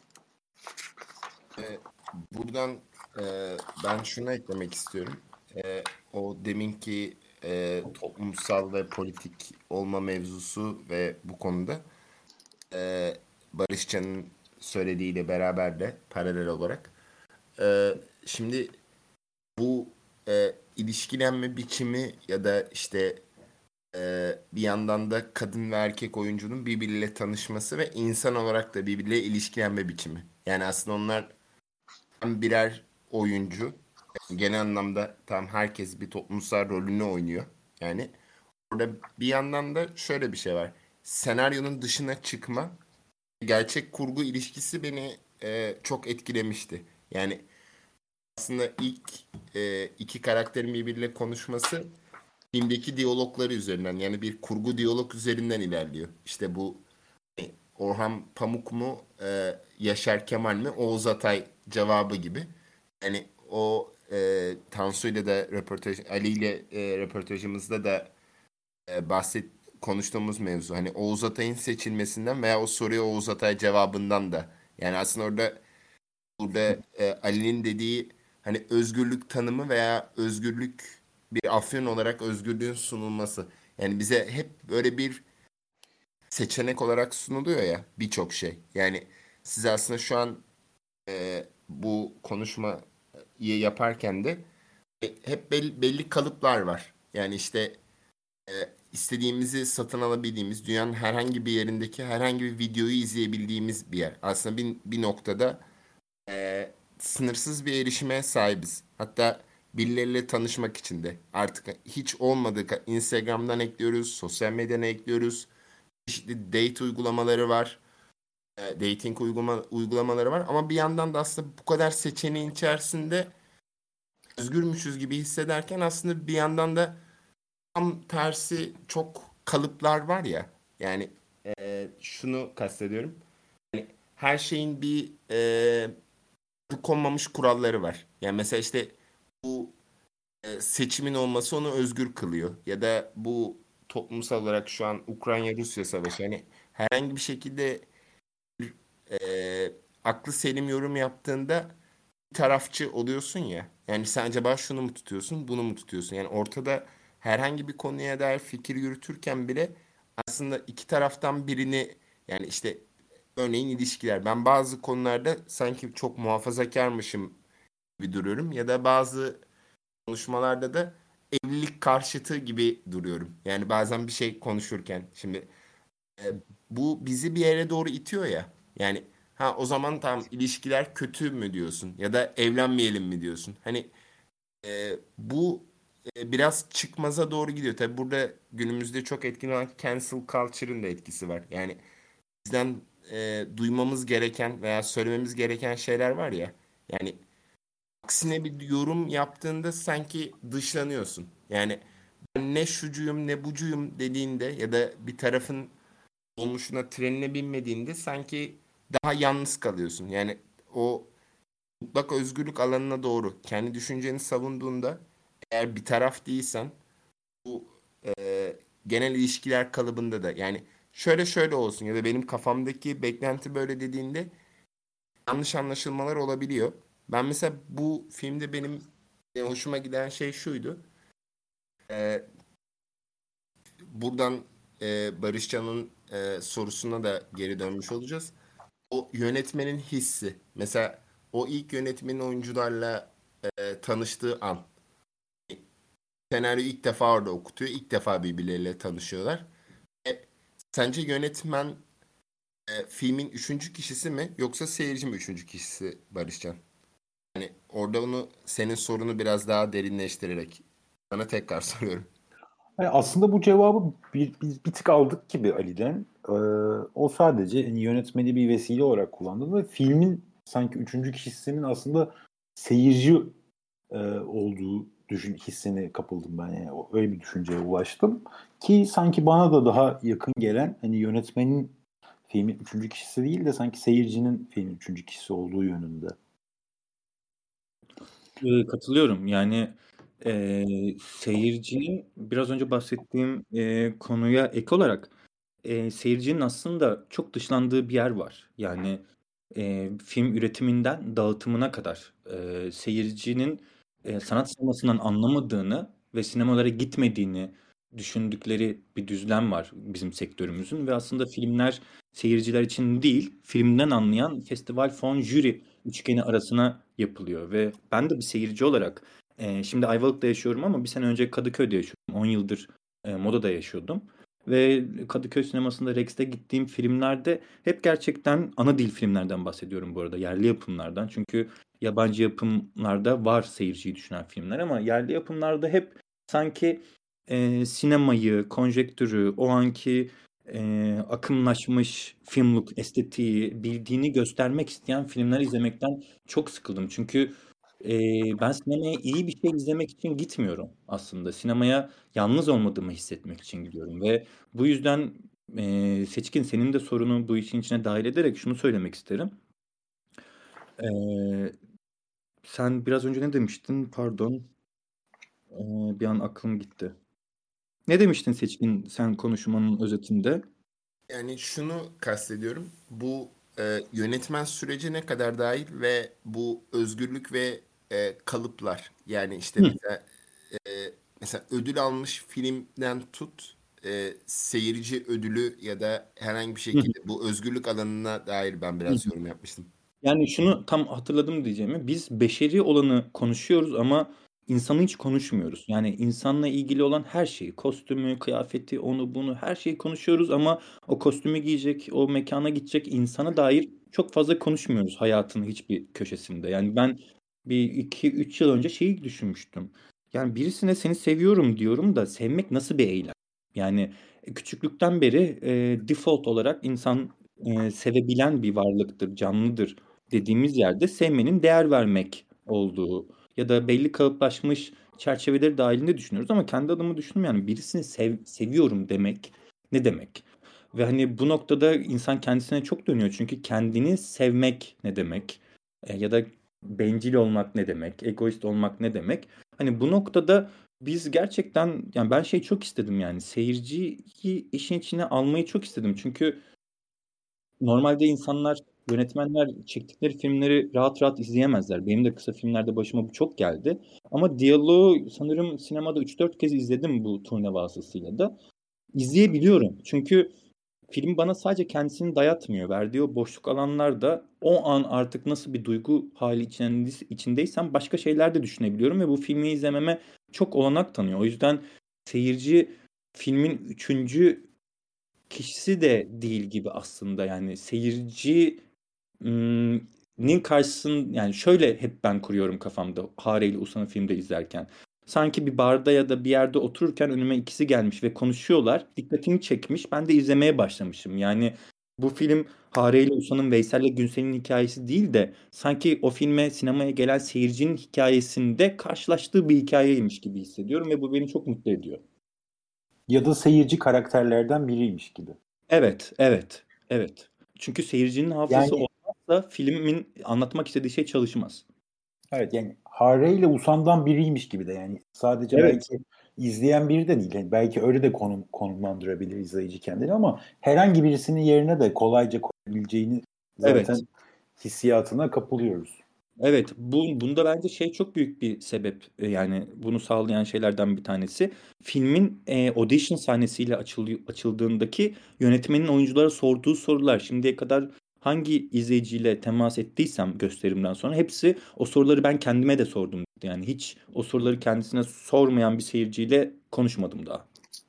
Buradan ben şunu eklemek istiyorum. O deminki toplumsal ve politik olma mevzusu ve bu konuda Barışcan'ın söylediğiyle beraber de paralel olarak. Şimdi bu ilişkilenme biçimi ya da işte bir yandan da kadın ve erkek oyuncunun birbiriyle tanışması ve insan olarak da birbiriyle ilişkilenme biçimi. Yani aslında onlar hem birer oyuncu, genel anlamda tam herkes bir toplumsal rolünü oynuyor. Yani orada bir yandan da şöyle bir şey var. Senaryonun dışına çıkma, gerçek kurgu ilişkisi beni çok etkilemişti. Yani aslında ilk iki karakterin birbiriyle konuşması filmdeki diyalogları üzerinden, yani bir kurgu diyalog üzerinden ilerliyor. İşte bu Orhan Pamuk mu Yaşar Kemal mi Oğuz Atay cevabı gibi. Yani o Tansu ile de röportaj, Ali ile röportajımızda da konuştuğumuz mevzu. Hani Oğuz Atay'ın seçilmesinden veya o soruya Oğuz Atay cevabından da. Yani aslında burada Ali'nin dediği hani özgürlük tanımı veya özgürlük bir afyon olarak özgürlüğün sunulması. Yani bize hep böyle bir seçenek olarak sunuluyor ya birçok şey. Yani siz aslında şu an bu konuşmayı yaparken de hep belli kalıplar var. Yani işte e, istediğimizi satın alabildiğimiz, dünyanın herhangi bir yerindeki herhangi bir videoyu izleyebildiğimiz bir yer. Aslında bir noktada sınırsız bir erişime sahibiz. Hatta birileriyle tanışmak için de artık hiç olmadık Instagram'dan ekliyoruz, sosyal medyadan ekliyoruz. Çeşitli date uygulamaları var. Dating uygulamaları var ama bir yandan da aslında bu kadar seçeneğin içerisinde özgürmüşüz gibi hissederken aslında bir yandan da tam tersi çok kalıplar var ya. Yani şunu kastediyorum. Yani her şeyin bir konmamış kuralları var. Yani mesela işte bu seçimin olması onu özgür kılıyor. Ya da bu toplumsal olarak şu an Ukrayna-Rusya savaşı. Yani herhangi bir şekilde aklı selim yorum yaptığında bir tarafçı oluyorsun ya. Yani sen acaba şunu mu tutuyorsun, bunu mu tutuyorsun? Yani ortada herhangi bir konuya dair fikir yürütürken bile aslında iki taraftan birini, yani işte örneğin ilişkiler. Ben bazı konularda sanki çok muhafazakarmışım gibi duruyorum ya da bazı konuşmalarda da evlilik karşıtı gibi duruyorum. Yani bazen bir şey konuşurken şimdi e, bu bizi bir yere doğru itiyor ya. Yani ha o zaman tam ilişkiler kötü mü diyorsun ya da evlenmeyelim mi diyorsun? Hani bu biraz çıkmaza doğru gidiyor. Tabii burada günümüzde çok etkin olan cancel culture'ın da etkisi var. Yani bizden duymamız gereken veya söylememiz gereken şeyler var ya. Yani aksine bir yorum yaptığında sanki dışlanıyorsun. Yani ben ne şucuyum ne bucuyum dediğinde ya da bir tarafın olmuşuna, trenine binmediğinde sanki daha yalnız kalıyorsun. Yani o mutlak özgürlük alanına doğru kendi düşünceni savunduğunda, eğer bir taraf değilsen, bu genel ilişkiler kalıbında da yani şöyle şöyle olsun ya da benim kafamdaki beklenti böyle dediğinde yanlış anlaşılmalar olabiliyor. Ben mesela bu filmde benim hoşuma giden şey şuydu. E, Buradan Barışcan'ın sorusuna da geri dönmüş olacağız. O yönetmenin hissi. Mesela o ilk yönetmenin oyuncularla tanıştığı an. Senaryo ilk defa orada okutuyor. İlk defa birbirleriyle tanışıyorlar. Sence yönetmen filmin üçüncü kişisi mi yoksa seyirci mi üçüncü kişisi Barışcan? Yani orada onu, senin sorunu biraz daha derinleştirerek sana tekrar soruyorum. Yani aslında bu cevabı biz bir tık aldık gibi Ali'den. O sadece yani yönetmeni bir vesile olarak kullandı ve filmin sanki üçüncü kişisinin aslında seyirci olduğu hissine kapıldım ben. Yani öyle bir düşünceye ulaştım. Ki sanki bana da daha yakın gelen hani yönetmenin filmin üçüncü kişisi değil de sanki seyircinin filmin üçüncü kişisi olduğu yönünde. Katılıyorum. Yani seyircinin biraz önce bahsettiğim konuya ek olarak seyircinin aslında çok dışlandığı bir yer var. Yani film üretiminden dağıtımına kadar seyircinin sanat sinemasından anlamadığını ve sinemalara gitmediğini düşündükleri bir düzlem var bizim sektörümüzün ve aslında filmler seyirciler için değil, filmden anlayan festival fon jüri üçgeni arasına yapılıyor ve ben de bir seyirci olarak şimdi Ayvalık'ta yaşıyorum ama bir sene önce Kadıköy'de yaşıyordum. 10 yıldır Moda'da yaşıyordum. Ve Kadıköy sinemasında Rex'te gittiğim filmlerde hep gerçekten ana dil filmlerden bahsediyorum bu arada. Yerli yapımlardan. Çünkü yabancı yapımlarda var seyirciyi düşünen filmler ama yerli yapımlarda hep sanki sinemayı, konjektürü, o anki akımlaşmış filmlik estetiği bildiğini göstermek isteyen filmler izlemekten çok sıkıldım. Çünkü ben sinemaya iyi bir şey izlemek için gitmiyorum aslında. Sinemaya yalnız olmadığımı hissetmek için gidiyorum ve bu yüzden Seçkin senin de sorunu bu işin içine dahil ederek şunu söylemek isterim. Eee, Sen biraz önce ne demiştin? Pardon. Bir an aklım gitti. Ne demiştin Seçkin sen konuşmanın özetinde? Yani şunu kastediyorum. Bu yönetmen süreci ne kadar dahil ve bu özgürlük ve kalıplar. Yani işte Hı. mesela ödül almış filmden tut. seyirci ödülü ya da herhangi bir Hı hı. şekilde bu özgürlük alanına dair ben Hı biraz hı. yorum yapmıştım. Yani şunu tam hatırladım diyeceğimi. Biz beşeri olanı konuşuyoruz ama insanı hiç konuşmuyoruz. Yani insanla ilgili olan her şeyi, kostümü, kıyafeti, onu bunu her şeyi konuşuyoruz ama o kostümü giyecek, o mekana gidecek insana dair çok fazla konuşmuyoruz hayatın hiçbir köşesinde. Yani ben bir iki üç yıl önce şeyi düşünmüştüm. Yani birisine seni seviyorum diyorum da sevmek nasıl bir eylem? Yani küçüklükten beri default olarak insan sevebilen bir varlıktır, canlıdır dediğimiz yerde sevmenin değer vermek olduğu ya da belli kalıplaşmış çerçeveleri dahilinde düşünüyoruz ama kendi adımı düşündüm yani birisini seviyorum demek ne demek? Ve hani bu noktada insan kendisine çok dönüyor çünkü kendini sevmek ne demek? Ya da bencil olmak ne demek? Egoist olmak ne demek? Hani bu noktada biz gerçekten yani ben şey çok istedim yani seyirciyi işin içine almayı çok istedim. Çünkü normalde insanlar, yönetmenler çektikleri filmleri rahat rahat izleyemezler. Benim de kısa filmlerde başıma bu çok geldi. Ama diyaloğu sanırım sinemada 3-4 kez izledim bu turne vasıtasıyla da. İzleyebiliyorum. Çünkü film bana sadece kendisini dayatmıyor. Verdiği o boşluk alanlarda o an artık nasıl bir duygu hali içindeysem başka şeyler de düşünebiliyorum ve bu filmi izlememe çok olanak tanıyor. O yüzden seyirci filmin üçüncü kişisi de değil gibi aslında yani seyircinin karşısın yani şöyle hep ben kuruyorum kafamda Hare ile Usan'ı filmde izlerken. Sanki bir barda ya da bir yerde otururken önüme ikisi gelmiş ve konuşuyorlar. Dikkatimi çekmiş. Ben de izlemeye başlamışım. Yani bu film Hare ile Usan'ın Veysel ile Günsel'in hikayesi değil de sanki o filme sinemaya gelen seyircinin hikayesinde karşılaştığı bir hikayeymiş gibi hissediyorum ve bu beni çok mutlu ediyor. Ya da seyirci karakterlerden biriymiş gibi. Evet, evet, evet. Çünkü seyircinin hafızası Yani olmazsa filmin anlatmak istediği şey çalışmaz. evet, yani Hare ile Usan'dan biriymiş gibi de, yani sadece Evet, belki izleyen biri de değil. Yani belki öyle de konumlandırabilir izleyici kendini ama herhangi birisinin yerine de kolayca koyabileceğini evet. zaten hissiyatına kapılıyoruz. Evet, bunda bence şey çok büyük bir sebep yani bunu sağlayan şeylerden bir tanesi. Filmin audition sahnesiyle açıldığındaki yönetmenin oyunculara sorduğu sorular. Şimdiye kadar hangi izleyiciyle temas ettiysem gösterimden sonra hepsi o soruları ben kendime de sordum. Yani hiç o soruları kendisine sormayan bir seyirciyle konuşmadım daha.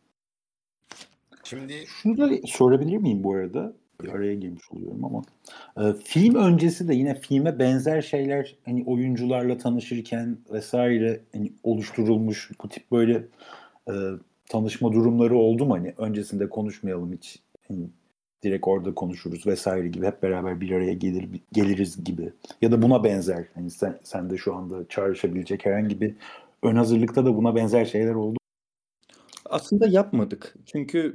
Şimdi Şunu da sorabilir miyim bu arada? Bir tabii. araya girmiş oluyorum ama. Film öncesi de yine filme benzer şeyler, hani oyuncularla tanışırken vesaire, hani oluşturulmuş bu tip böyle e, tanışma durumları oldu mu? Hani öncesinde konuşmayalım hiç. Hani direkt orada konuşuruz vesaire gibi, hep beraber bir araya geliriz gibi. Ya da buna benzer. Hani sen de şu anda çağrışabilecek herhangi bir ön hazırlıkta da buna benzer şeyler oldu. Aslında yapmadık. Çünkü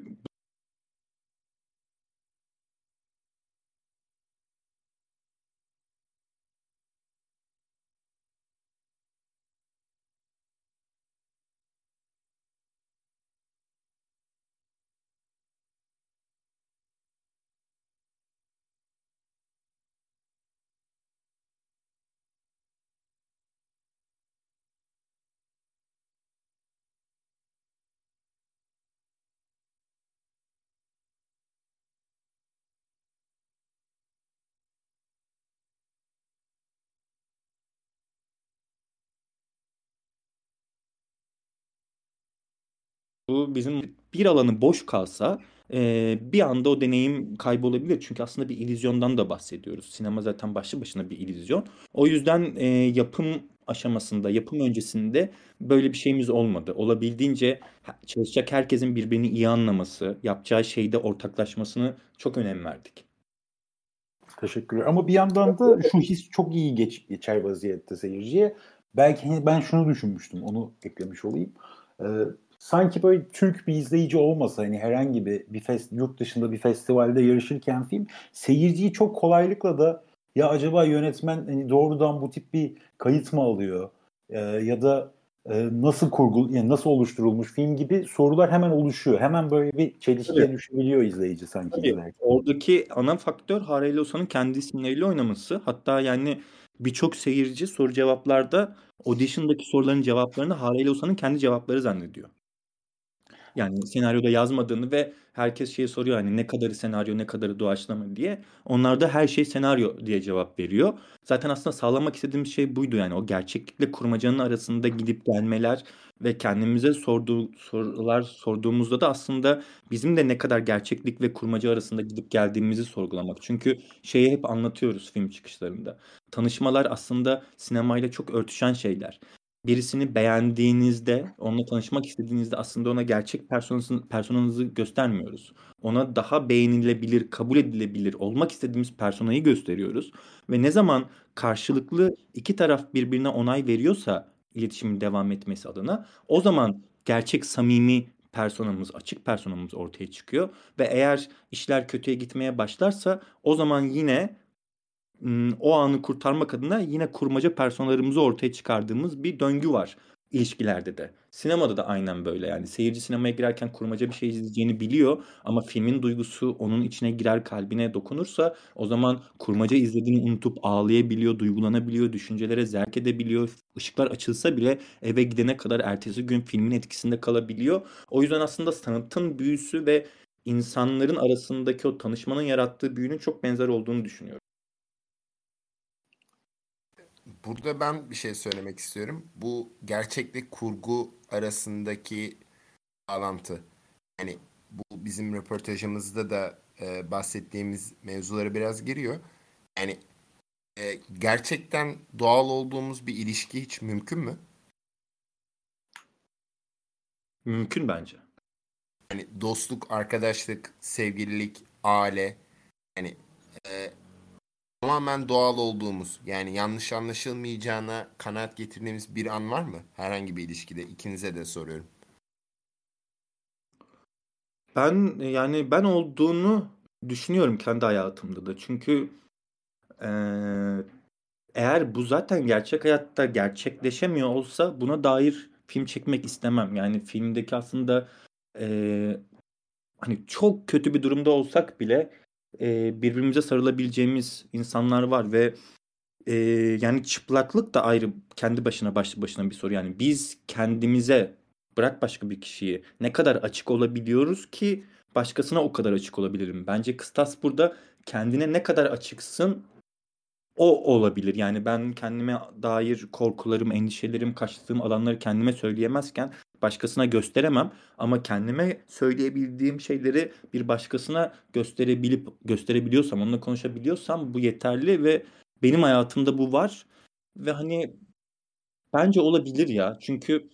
bu bizim bir alanı boş kalsa bir anda o deneyim kaybolabilir. Çünkü aslında bir illüzyondan da bahsediyoruz. Sinema zaten başlı başına bir illüzyon. O yüzden yapım aşamasında, yapım öncesinde böyle bir şeyimiz olmadı. Olabildiğince çalışacak herkesin birbirini iyi anlaması, yapacağı şeyde ortaklaşmasını çok önem verdik. Teşekkürler. Ama bir yandan da şu his çok iyi geçer vaziyette seyirciye. Belki hani ben şunu düşünmüştüm, onu eklemiş olayım. Ee, Sanki böyle Türk bir izleyici olmasa, hani herhangi bir yurt dışında bir festivalde yarışırken film, seyirciyi çok kolaylıkla da ya acaba yönetmen hani doğrudan bu tip bir kayıt mı alıyor? Ya da nasıl yani nasıl oluşturulmuş film gibi sorular hemen oluşuyor. Hemen böyle bir çelişkiye düşebiliyor izleyici sanki Tabii izlerken. oradaki ana faktör Harry Losa'nın kendi isimleriyle oynaması. Hatta yani birçok seyirci soru cevaplarda audition'daki soruların cevaplarını Harry Losa'nın kendi cevapları zannediyor. Yani senaryoda yazmadığını ve herkes şey soruyor hani ne kadarı senaryo ne kadarı doğaçlama diye. Onlar da her şey senaryo diye cevap veriyor. Zaten aslında sağlamak istediğimiz şey buydu yani o gerçeklikle kurmacanın arasında gidip gelmeler ve kendimize sorular sorduğumuzda da aslında bizim de ne kadar gerçeklik ve kurmaca arasında gidip geldiğimizi sorgulamak. Çünkü şeyi hep anlatıyoruz film çıkışlarında. Tanışmalar aslında sinemayla çok örtüşen şeyler. Birisini beğendiğinizde, onunla tanışmak istediğinizde aslında ona gerçek personanızı göstermiyoruz. Ona daha beğenilebilir, kabul edilebilir, olmak istediğimiz personayı gösteriyoruz. Ve ne zaman karşılıklı iki taraf birbirine onay veriyorsa iletişimin devam etmesi adına, o zaman gerçek samimi personamız, açık personamız ortaya çıkıyor. Ve eğer işler kötüye gitmeye başlarsa o zaman yine o anı kurtarmak adına yine kurmaca personellerimizi ortaya çıkardığımız bir döngü var ilişkilerde de. Sinemada da aynen böyle yani. Seyirci sinemaya girerken kurmaca bir şey izleyeceğini biliyor ama filmin duygusu onun içine girer, kalbine dokunursa o zaman kurmaca izlediğini unutup ağlayabiliyor, duygulanabiliyor, düşüncelere zerk edebiliyor. Işıklar açılsa bile eve gidene kadar ertesi gün filmin etkisinde kalabiliyor. O yüzden aslında sanatın büyüsü ve insanların arasındaki o tanışmanın yarattığı büyünün çok benzer olduğunu düşünüyorum. Burada ben bir şey söylemek istiyorum. Bu gerçekle kurgu arasındaki bağlantı. Yani bu bizim röportajımızda da bahsettiğimiz mevzulara biraz giriyor. Yani gerçekten doğal olduğumuz bir ilişki hiç mümkün mü? Mümkün bence. Yani dostluk, arkadaşlık, sevgililik, aile. Yani e, tamamen doğal olduğumuz, yani yanlış anlaşılmayacağına kanaat getirdiğimiz bir an var mı? Herhangi bir ilişkide. İkinize de soruyorum. Ben olduğunu düşünüyorum kendi hayatımda da. Çünkü eee, eğer bu zaten gerçek hayatta gerçekleşemiyor olsa buna dair film çekmek istemem. Yani filmdeki aslında eee, hani çok kötü bir durumda olsak bile birbirimize sarılabileceğimiz insanlar var ve yani çıplaklık da ayrı kendi başına başlı başına bir soru. Yani biz kendimize bırak başka bir kişiyi ne kadar açık olabiliyoruz ki başkasına o kadar açık olabilirim. Bence kıstas burada kendine ne kadar açıksın o olabilir. Yani ben kendime dair korkularım, endişelerim, kaçtığım alanları kendime söyleyemezken başkasına gösteremem. Ama kendime söyleyebildiğim şeyleri bir başkasına gösterebiliyorsam, onunla konuşabiliyorsam bu yeterli ve benim hayatımda bu var. Ve hani bence olabilir ya. Çünkü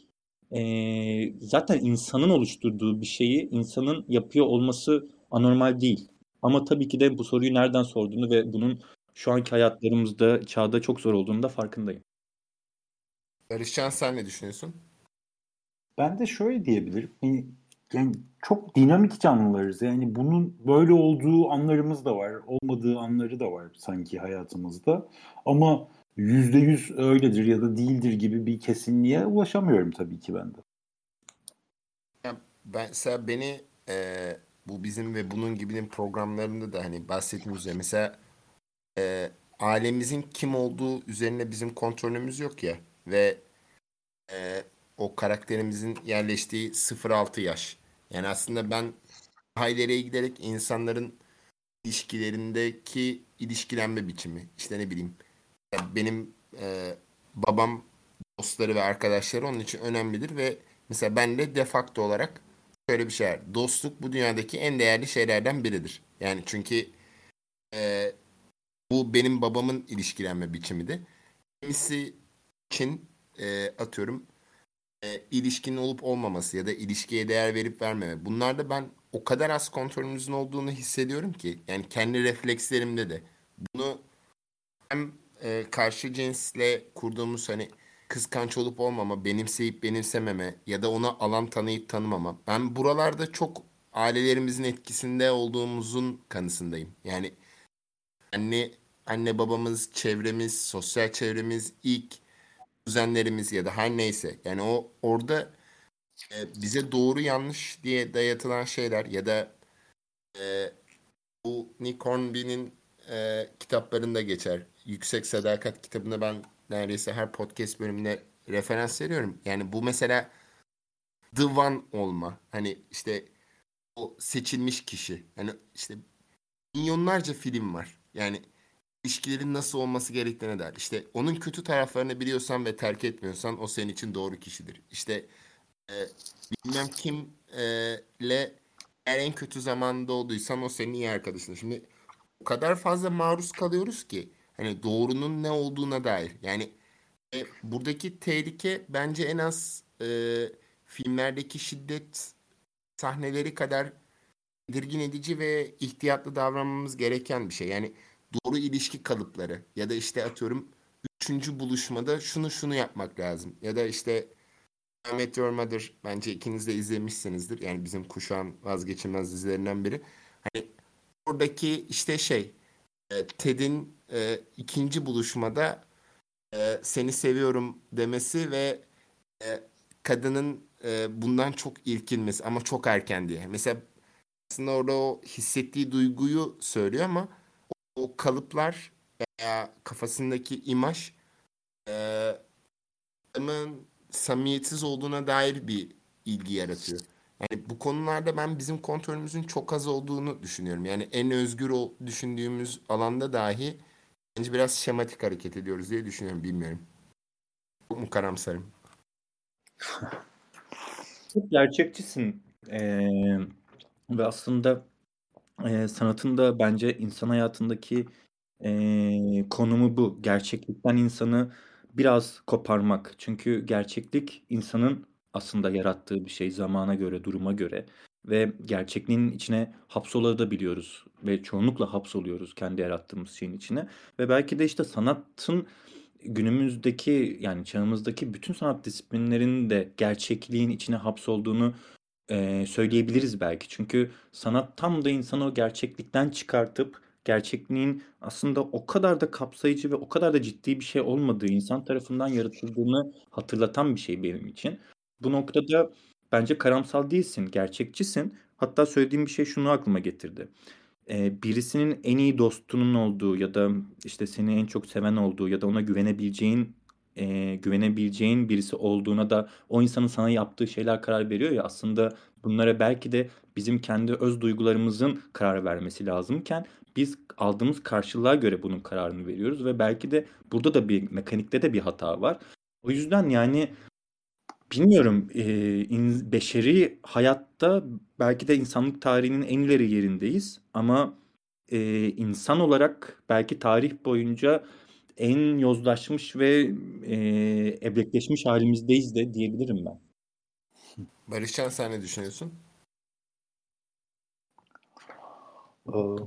zaten insanın oluşturduğu bir şeyi insanın yapıyor olması anormal değil. Ama tabii ki de bu soruyu nereden sorduğunu ve bunun şu anki hayatlarımızda, çağda çok zor olduğunu da farkındayım. Barışcan, sen ne düşünüyorsun? Ben de şöyle diyebilirim. Yani çok dinamik canlılarız. Yani bunun böyle olduğu anlarımız da var. Olmadığı anları da var sanki hayatımızda. Ama %100 öyledir ya da değildir gibi bir kesinliğe ulaşamıyorum tabii ki ben de. Ya ben mesela beni bu bizim ve bunun gibinin programlarında da hani bahsettiğimiz üzere mesela ailemizin kim olduğu üzerine bizim kontrolümüz yok ya ve e, o karakterimizin yerleştiği 0-6 yaş. Yani aslında ben daha ileriye giderek insanların ilişkilerindeki ilişkilenme biçimi, işte ne bileyim, ya benim babam, dostları ve arkadaşları onun için önemlidir ve mesela ben de defakto olarak şöyle bir şey var. Dostluk bu dünyadaki en değerli şeylerden biridir. Yani çünkü e, bu benim babamın ilişkilenme biçimiydi. Kimisi için atıyorum ilişkinin olup olmaması ya da ilişkiye değer verip vermeme. Bunlarda ben o kadar az kontrolümüzün olduğunu hissediyorum ki yani kendi reflekslerimde de bunu hem karşı cinsle kurduğumuz hani kıskanç olup olmama, benimseyip benimsememe ya da ona alan tanıyıp tanımama. Ben buralarda çok ailelerimizin etkisinde olduğumuzun kanısındayım. Yani anne anne babamız, çevremiz, sosyal çevremiz, ilk kuzenlerimiz ya da her neyse. Yani o orada bize doğru yanlış diye dayatılan şeyler ya da e, bu Nick Hornby'nin kitaplarında geçer. Yüksek Sadakat kitabında ben neredeyse her podcast bölümüne referans veriyorum. Yani bu mesela the one olma. Hani işte o seçilmiş kişi. Hani işte milyonlarca film var. Yani ilişkilerin nasıl olması gerektiğine dair. İşte onun kötü taraflarını biliyorsan ve terk etmiyorsan o senin için doğru kişidir. İşte e, bilmem kimle eğer en kötü zamanda olduysan o senin iyi arkadaşın. Şimdi o kadar fazla maruz kalıyoruz ki hani doğrunun ne olduğuna dair. Yani buradaki tehlike bence en az filmlerdeki şiddet sahneleri kadar tedirgin edici ve ihtiyatlı davranmamız gereken bir şey. Yani doğru ilişki kalıpları ya da işte atıyorum üçüncü buluşmada şunu yapmak lazım. Ya da işte I Met Your Mother bence ikiniz de izlemişsinizdir. Yani bizim kuşağın vazgeçilmez dizilerinden biri. Hani oradaki işte Ted'in ikinci buluşmada seni seviyorum demesi ve e, kadının bundan çok irkilmesi ama çok erken diye. Mesela aslında orada o hissettiği duyguyu söylüyor ama o kalıplar veya kafasındaki imaj e, adamın samimiyetsiz olduğuna dair bir ilgi yaratıyor. Yani bu konularda ben bizim kontrolümüzün çok az olduğunu düşünüyorum. Yani en özgür o düşündüğümüz alanda dahi bence biraz şematik hareket ediyoruz diye düşünüyorum. Bilmiyorum. Çok mu karamsarım? Çok gerçekçisin. Ve aslında sanatın da bence insan hayatındaki konumu bu. Gerçeklikten insanı biraz koparmak. Çünkü gerçeklik insanın aslında yarattığı bir şey zamana göre, duruma göre. Ve gerçekliğin içine hapsolabiliyoruz. Ve çoğunlukla hapsoluyoruz kendi yarattığımız şeyin içine. Ve belki de işte sanatın günümüzdeki yani çağımızdaki bütün sanat disiplinlerinin de gerçekliğin içine hapsolduğunu söyleyebiliriz belki. Çünkü sanat tam da insanı o gerçeklikten çıkartıp gerçekliğin aslında o kadar da kapsayıcı ve o kadar da ciddi bir şey olmadığı, insan tarafından yaratıldığını hatırlatan bir şey benim için. Bu noktada bence karamsal değilsin, gerçekçisin. Hatta söylediğim bir şey şunu aklıma getirdi. Birisinin en iyi dostunun olduğu ya da işte seni en çok seven olduğu ya da ona güvenebileceğin birisi olduğuna da o insanın sana yaptığı şeyler karar veriyor ya aslında bunlara belki de bizim kendi öz duygularımızın karar vermesi lazımken biz aldığımız karşılığa göre bunun kararını veriyoruz ve belki de burada da bir mekanikte de bir hata var. O yüzden yani bilmiyorum, beşeri hayatta belki de insanlık tarihinin en ileri yerindeyiz ama insan olarak belki tarih boyunca en yozlaşmış ve ebekleşmiş halimizdeyiz de diyebilirim ben. Barışcan sen ne düşünüyorsun? Ee,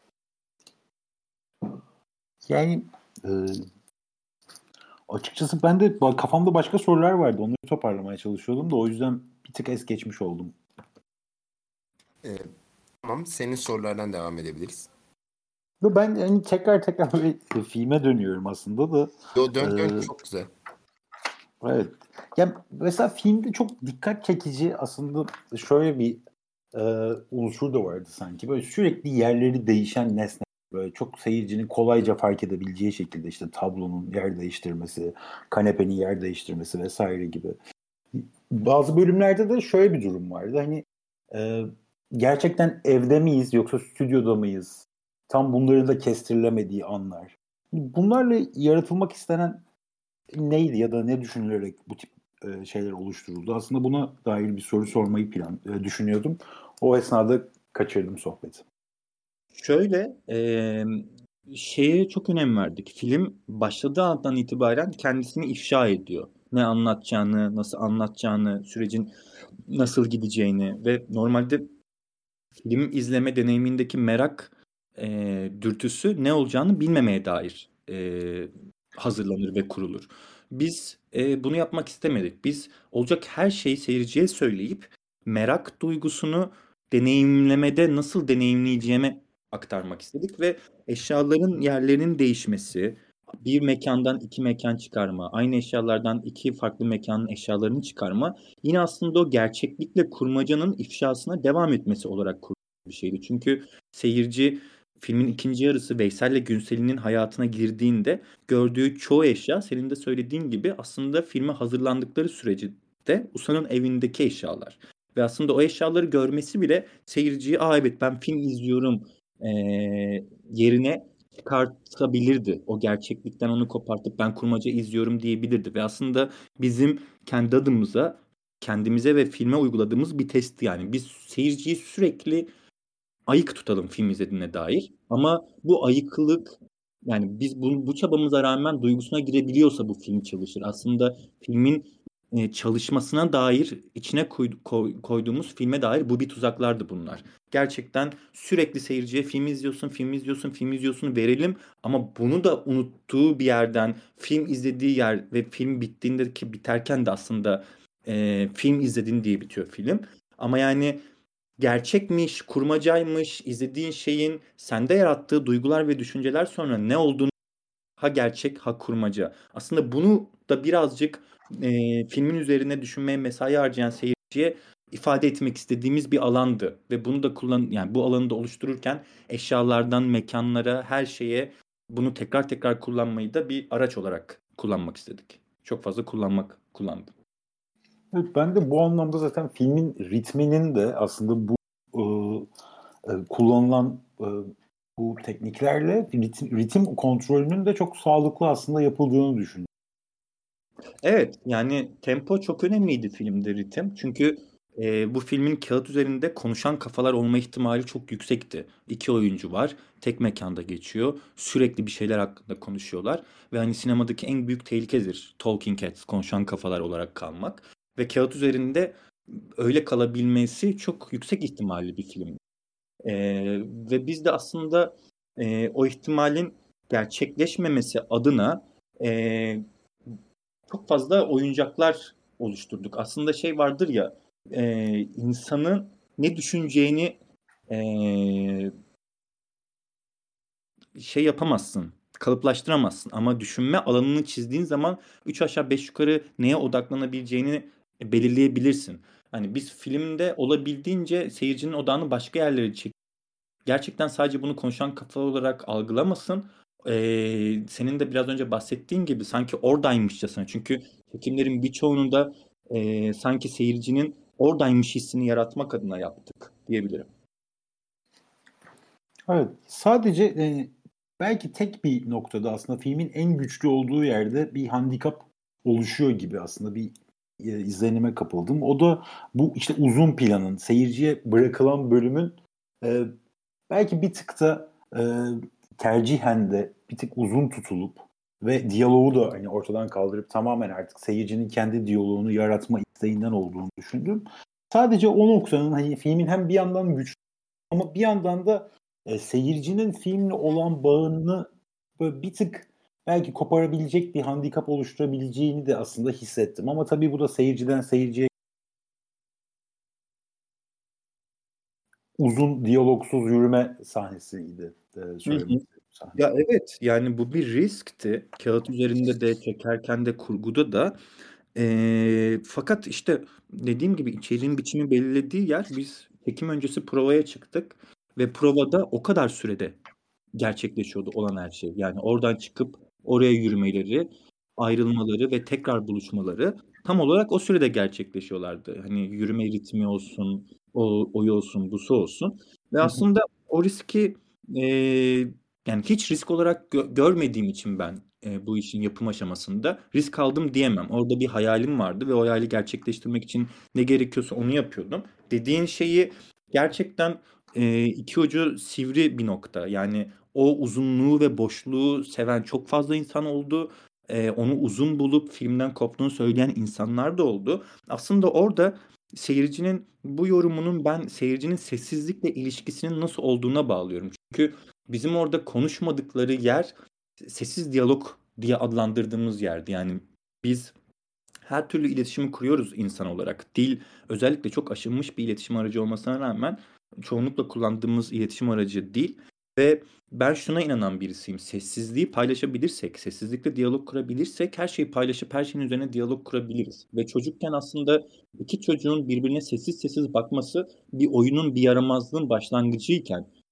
Yani e, açıkçası ben de kafamda başka sorular vardı. Onları toparlamaya çalışıyordum da o yüzden bir tık es geçmiş oldum. E, tamam senin sorulardan devam edebiliriz. Ve ben yani tekrar böyle filme dönüyorum aslında da. Yo dön dön Ee, çok güzel. evet. Ya mesela filmde çok dikkat çekici aslında şöyle bir unsur da vardı sanki. Böyle sürekli yerleri değişen nesne. Böyle çok seyircinin kolayca fark edebileceği şekilde işte tablonun yer değiştirmesi, kanepenin yer değiştirmesi vesaire gibi. Bazı bölümlerde de şöyle bir durum vardı. Hani e, gerçekten evde miyiz yoksa stüdyoda mıyız? Tam bunların da kestirilemediği anlar. Bunlarla yaratılmak istenen neydi ya da ne düşünülerek bu tip şeyler oluşturuldu? Aslında buna dair bir soru sormayı düşünüyordum. O esnada kaçırdım sohbeti. Şöyle, şeye çok önem verdik. Film başladığı andan itibaren kendisini ifşa ediyor. Ne anlatacağını, nasıl anlatacağını, sürecin nasıl gideceğini ve normalde film izleme deneyimindeki merak dürtüsü ne olacağını bilmemeye dair hazırlanır ve kurulur. Biz bunu yapmak istemedik. Biz olacak her şeyi seyirciye söyleyip merak duygusunu deneyimlemede nasıl deneyimleyeceğime aktarmak istedik ve eşyaların yerlerinin değişmesi, bir mekandan iki mekan çıkarma, aynı eşyalardan iki farklı mekanın eşyalarını çıkarma yine aslında o gerçeklikle kurmacanın ifşasına devam etmesi olarak bir şeydi. Çünkü seyirci filmin ikinci yarısı Veysel'le Günsel'in hayatına girdiğinde gördüğü çoğu eşya senin de söylediğin gibi aslında filme hazırlandıkları süreci de Usa'nın evindeki eşyalar. Ve aslında o eşyaları görmesi bile seyirciyi evet ben film izliyorum yerine çıkartabilirdi. O gerçeklikten onu kopartıp ben kurmaca izliyorum diyebilirdi. Ve aslında bizim kendi adımıza, kendimize ve filme uyguladığımız bir test yani. Biz seyirciyi sürekli ayık tutalım film izlediğine dair. Ama bu ayıklık yani biz bu çabamıza rağmen duygusuna girebiliyorsa bu film çalışır. Aslında filmin çalışmasına dair içine koyduğumuz filme dair bu bir tuzaklardı bunlar. Gerçekten sürekli seyirciye film izliyorsun, film izliyorsun, film izliyorsun verelim ama bunu da unuttuğu bir yerden film izlediği yer ve film bittiğinde ki biterken de aslında film izledin diye bitiyor film. Ama yani gerçekmiş, kurmacaymış, izlediğin şeyin sende yarattığı duygular ve düşünceler sonra ne olduğunu ha gerçek ha kurmaca. Aslında bunu da birazcık filmin üzerine düşünmeye mesai harcayan seyirciye ifade etmek istediğimiz bir alandı ve bunu da yani bu alanı da oluştururken eşyalardan mekanlara her şeye bunu tekrar tekrar kullanmayı da bir araç olarak kullanmak istedik. Çok fazla kullandım. Evet, ben de bu anlamda zaten filmin ritminin de aslında bu kullanılan bu tekniklerle ritim kontrolünün de çok sağlıklı aslında yapıldığını düşünüyorum. Evet yani tempo çok önemliydi filmde ritim. Çünkü bu filmin kağıt üzerinde konuşan kafalar olma ihtimali çok yüksekti. İki oyuncu var. Tek mekanda geçiyor. Sürekli bir şeyler hakkında konuşuyorlar. Ve hani sinemadaki en büyük tehlikedir. Talking heads, konuşan kafalar olarak kalmak. Ve kağıt üzerinde öyle kalabilmesi çok yüksek ihtimalli bir film. Ve biz de aslında o ihtimalin gerçekleşmemesi adına çok fazla oyuncaklar oluşturduk. Aslında şey vardır ya insanın ne düşüneceğini şey yapamazsın, kalıplaştıramazsın. Ama düşünme alanını çizdiğin zaman 3 aşağı 5 yukarı neye odaklanabileceğini belirleyebilirsin. Hani biz filmde olabildiğince seyircinin odağını başka yerlere çek. Gerçekten sadece bunu konuşan kafa olarak algılamasın. Senin de biraz önce bahsettiğin gibi sanki oradaymışçasına. Çünkü çekimlerin birçoğunu da sanki seyircinin oradaymış hissini yaratmak adına yaptık diyebilirim. Evet, sadece belki tek bir noktada aslında filmin en güçlü olduğu yerde bir handikap oluşuyor gibi aslında bir izlenime kapıldım. O da bu işte uzun planın, seyirciye bırakılan bölümün belki bir tık da tercihen de bir tık uzun tutulup ve diyaloğu da hani ortadan kaldırıp tamamen artık seyircinin kendi diyaloğunu yaratma isteğinden olduğunu düşündüm. Sadece o noktanın hani filmin hem bir yandan güçlü ama bir yandan da seyircinin filmle olan bağını böyle bir tık belki koparabilecek bir handikap oluşturabileceğini de aslında hissettim. Ama tabii bu da seyirciden seyirciye uzun diyalogsuz yürüme sahnesiydi. Söylemek istediğim sahne. Ya evet yani bu bir riskti. Kağıt üzerinde de çekerken de kurguda da. Fakat işte dediğim gibi içeriğin biçimi belirlediği yer biz çekim öncesi provaya çıktık ve provada o kadar sürede gerçekleşiyordu olan her şey. Yani oradan çıkıp oraya yürümeleri, ayrılmaları ve tekrar buluşmaları tam olarak o sürede gerçekleşiyorlardı. Hani yürüme ritmi olsun, oyu olsun, busu olsun. Ve aslında o riski yani hiç risk olarak görmediğim için ben bu işin yapım aşamasında risk aldım diyemem. Orada bir hayalim vardı ve o hayali gerçekleştirmek için ne gerekiyorsa onu yapıyordum. Dediğin şeyi gerçekten iki ucu sivri bir nokta. Yani o uzunluğu ve boşluğu seven çok fazla insan oldu. Onu uzun bulup filmden koptuğunu söyleyen insanlar da oldu. Aslında orada seyircinin bu yorumunun ben seyircinin sessizlikle ilişkisinin nasıl olduğuna bağlıyorum. Çünkü bizim orada konuşmadıkları yer sessiz diyalog diye adlandırdığımız yerdi. Yani biz her türlü iletişimi kuruyoruz insan olarak. Dil özellikle çok aşınmış bir iletişim aracı olmasına rağmen çoğunlukla kullandığımız iletişim aracı dil. Ve ben şuna inanan birisiyim. Sessizliği paylaşabilirsek, sessizlikle diyalog kurabilirsek her şeyi paylaşıp her şeyin üzerine diyalog kurabiliriz. Ve çocukken aslında iki çocuğun birbirine sessiz sessiz bakması bir oyunun, bir yaramazlığın başlangıcıyken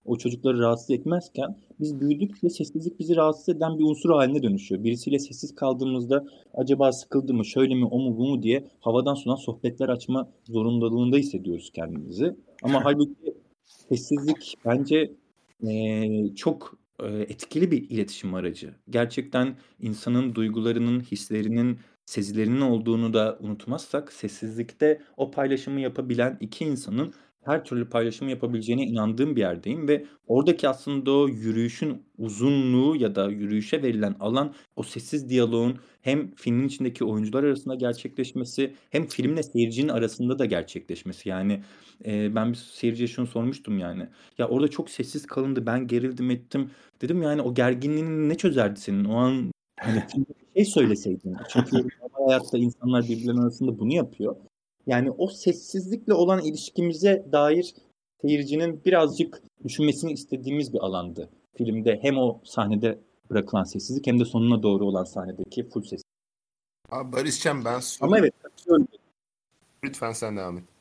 o çocukları rahatsız etmezken biz büyüdükçe sessizlik bizi rahatsız eden bir unsur haline dönüşüyor. Birisiyle sessiz kaldığımızda acaba sıkıldı mı, şöyle mi, o mu, bu mu diye havadan sudan sohbetler açma zorunluluğunda hissediyoruz kendimizi. Ama halbuki sessizlik bence çok etkili bir iletişim aracı. Gerçekten insanın duygularının, hislerinin, sezilerinin olduğunu da unutmazsak sessizlikte o paylaşımı yapabilen iki insanın her türlü paylaşımı yapabileceğine inandığım bir yerdeyim ve oradaki aslında o yürüyüşün uzunluğu ya da yürüyüşe verilen alan o sessiz diyaloğun hem filmin içindeki oyuncular arasında gerçekleşmesi hem filmle seyircinin arasında da gerçekleşmesi. Yani ben bir seyirciye şunu sormuştum yani. Ya orada çok sessiz kalındı. Ben gerildim ettim. Dedim yani o gerginliğini ne çözerdi senin? O an hani filmde bir şey söyleseydin. Çünkü normal hayatta insanlar birbirlerinin arasında bunu yapıyor. Yani o sessizlikle olan ilişkimize dair seyircinin birazcık düşünmesini istediğimiz bir alandı. Filmde hem o sahnede bırakılan sessizlik hem de sonuna doğru olan sahnedeki full sessizlik. Abi Barışcan ben Ama sorayım. evet, katılıyorum. Lütfen sen devam et.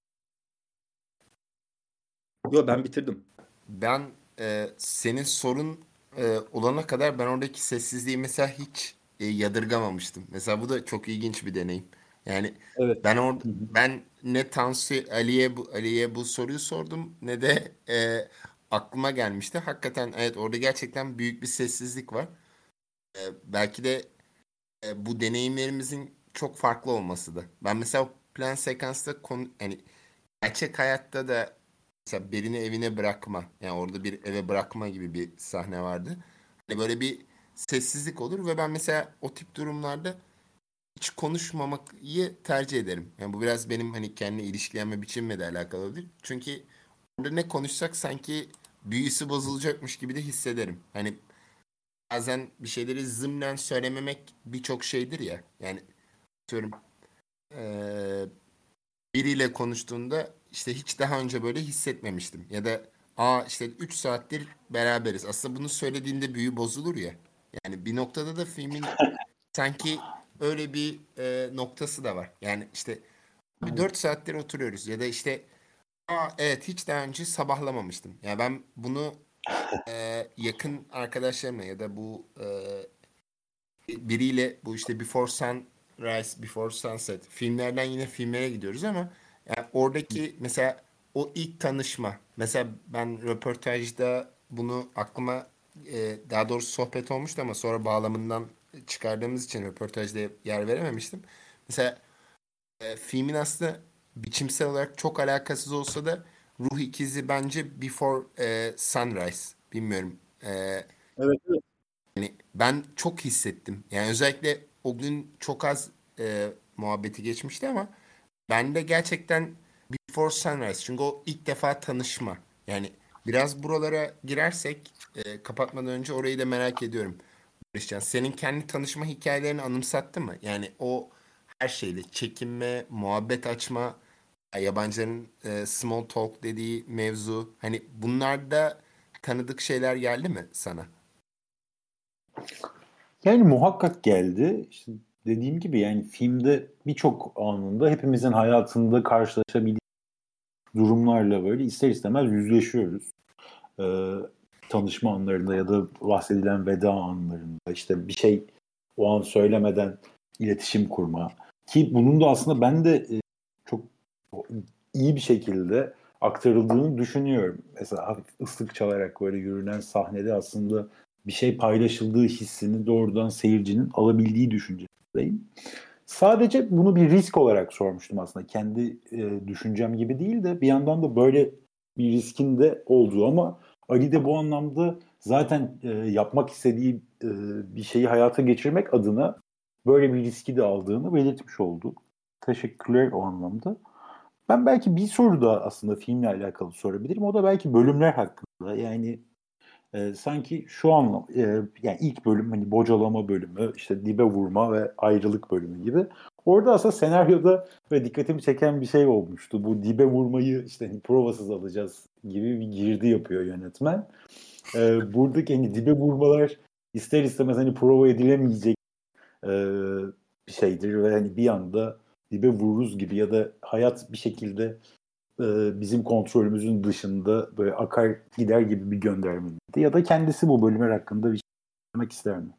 Yo, ben bitirdim. Ben senin sorun olana kadar ben oradaki sessizliği mesela hiç yadırgamamıştım. Mesela bu da çok ilginç bir deneyim. Yani Evet. ben orada Hı hı. ben ne Tansu Ali'ye bu soruyu sordum ne de aklıma gelmişti. Hakikaten evet orada gerçekten büyük bir sessizlik var. Belki de bu deneyimlerimizin çok farklı olması da. Ben mesela o plan sekansta yani gerçek hayatta da mesela birini evine bırakma. Yani orada bir eve bırakma gibi bir sahne vardı. Hani böyle bir sessizlik olur ve ben mesela o tip durumlarda hiç konuşmamayı tercih ederim. Yani bu biraz benim hani kendi ilişkilenme biçimimle de alakalı olabilir. Çünkü orada ne konuşsak sanki büyüsü bozulacakmış gibi de hissederim. Hani bazen bir şeyleri zımnen söylememek birçok şeydir ya. Yani diyorum biriyle konuştuğunda işte hiç daha önce böyle hissetmemiştim. Ya da işte 3 saattir beraberiz. Aslında bunu söylediğinde büyü bozulur ya. Yani bir noktada da filmin sanki öyle bir noktası da var. Yani işte bir 4 saattir oturuyoruz ya da işte evet hiç daha önce sabahlamamıştım. Ya ben bunu yakın arkadaşlarımla ya da bu biriyle bu işte Before Sunrise, Before Sunset filmlerden yine filmlere gidiyoruz ama yani oradaki mesela o ilk tanışma. Mesela ben röportajda bunu aklıma daha doğrusu sohbet olmuştu ama sonra bağlamından çıkardığımız için röportajda yer verememiştim. Mesela filmin aslında biçimsel olarak çok alakasız olsa da ruh ikizi bence Before Sunrise. Bilmiyorum. Evet, evet. Yani ben çok hissettim. Yani özellikle o gün çok az muhabbeti geçmişti ama ben de gerçekten Before Sunrise. Çünkü o ilk defa tanışma. Yani biraz buralara girersek kapatmadan önce orayı da merak ediyorum. Barışcan, senin kendi tanışma hikayelerini anımsattı mı? Yani o her şeyle çekinme, muhabbet açma, yabancıların small talk dediği mevzu. Hani bunlarda tanıdık şeyler geldi mi sana? Yani muhakkak geldi. İşte dediğim gibi yani filmde birçok anında hepimizin hayatında karşılaşabildiği durumlarla böyle ister istemez yüzleşiyoruz. Ee, Tanışma anlarında ya da bahsedilen veda anlarında işte bir şey o an söylemeden iletişim kurma. Ki bunun da aslında ben de çok iyi bir şekilde aktarıldığını düşünüyorum. Mesela hafif ıslık çalarak böyle yürünen sahnede aslında bir şey paylaşıldığı hissini doğrudan seyircinin alabildiği düşüncesindeyim. Sadece bunu bir risk olarak sormuştum aslında. Kendi düşüncem gibi değil de bir yandan da böyle bir riskin de olduğu ama Ali de bu anlamda zaten yapmak istediği bir şeyi hayata geçirmek adına böyle bir riski de aldığını belirtmiş oldu. Teşekkürler o anlamda. Ben belki bir soru da aslında filmle alakalı sorabilirim. O da belki bölümler hakkında. Yani sanki şu an yani ilk bölüm hani bocalama bölümü, işte dibe vurma ve ayrılık bölümü gibi. Orada aslında senaryoda ve dikkatimi çeken bir şey olmuştu. Bu dibe vurmayı işte hani provasız alacağız gibi bir girdi yapıyor yönetmen. Buradaki hani dibe vurmalar ister istemez hani prova edilemeyecek e, bir şeydir ve hani bir anda dibe vururuz gibi ya da hayat bir şekilde bizim kontrolümüzün dışında böyle akar gider gibi bir gönderme miydi? Ya da kendisi bu bölümler hakkında bir şey demek ister mi?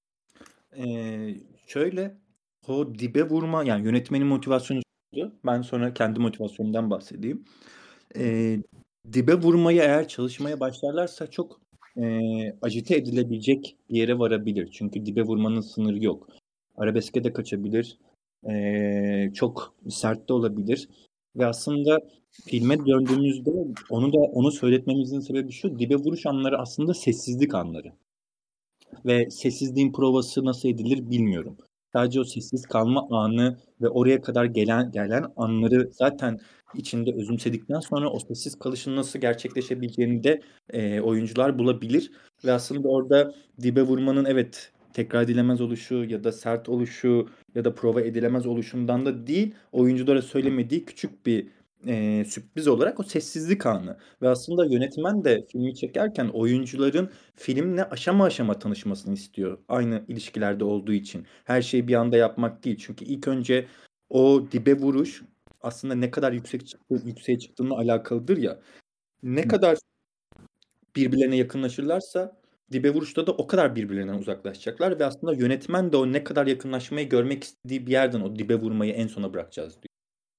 Şöyle o dibe vurma yani yönetmenin motivasyonu şuydu. Ben sonra kendi motivasyonumdan bahsedeyim. Dibe vurmayı eğer çalışmaya başlarlarsa çok ajite edilebilecek bir yere varabilir. Çünkü dibe vurmanın sınırı yok. Arabeske de kaçabilir. Çok sert de olabilir. Ve aslında filme döndüğümüzde onu söyletmemizin sebebi şu. Dibe vuruş anları aslında sessizlik anları. Ve sessizliğin provası nasıl edilir bilmiyorum. Sadece o sessiz kalma anı ve oraya kadar gelen anları zaten içinde özümsedikten sonra o sessiz kalışın nasıl gerçekleşebileceğini de oyuncular bulabilir. Ve aslında orada dibe vurmanın evet tekrar edilemez oluşu ya da sert oluşu ya da prova edilemez oluşundan da değil, oyunculara söylemediği küçük bir sürpriz olarak o sessizlik anı. Ve aslında yönetmen de filmi çekerken oyuncuların filmle aşama aşama tanışmasını istiyor. Aynı ilişkilerde olduğu için. Her şeyi bir anda yapmak değil. Çünkü ilk önce o dibe vuruş aslında ne kadar yükseğe çıktığına alakalıdır ya. Ne kadar birbirlerine yakınlaşırlarsa dibe vuruşta da o kadar birbirlerinden uzaklaşacaklar ve aslında yönetmen de o ne kadar yakınlaşmayı görmek istediği bir yerden o dibe vurmayı en sona bırakacağız diyor.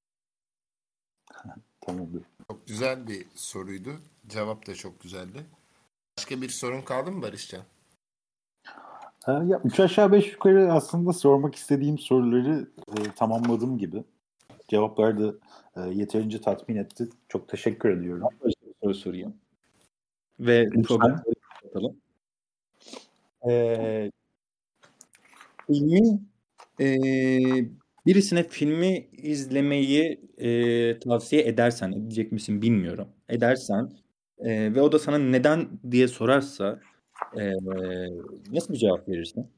Tamam. Çok güzel bir soruydu. Cevap da çok güzeldi. Başka bir sorun kaldı mı Barışcan? Ya 3 aşağı 5 yukarı aslında sormak istediğim soruları tamamladım gibi. Cevaplar da yeterince tatmin etti. Çok teşekkür ediyorum. Başka bir soru sorayım. Ve Lütfen. programı kapatalım. Filmi birisine filmi izlemeyi tavsiye edersen, edecek misin bilmiyorum. Edersen ve o da sana neden diye sorarsa nasıl bir cevap verirsin?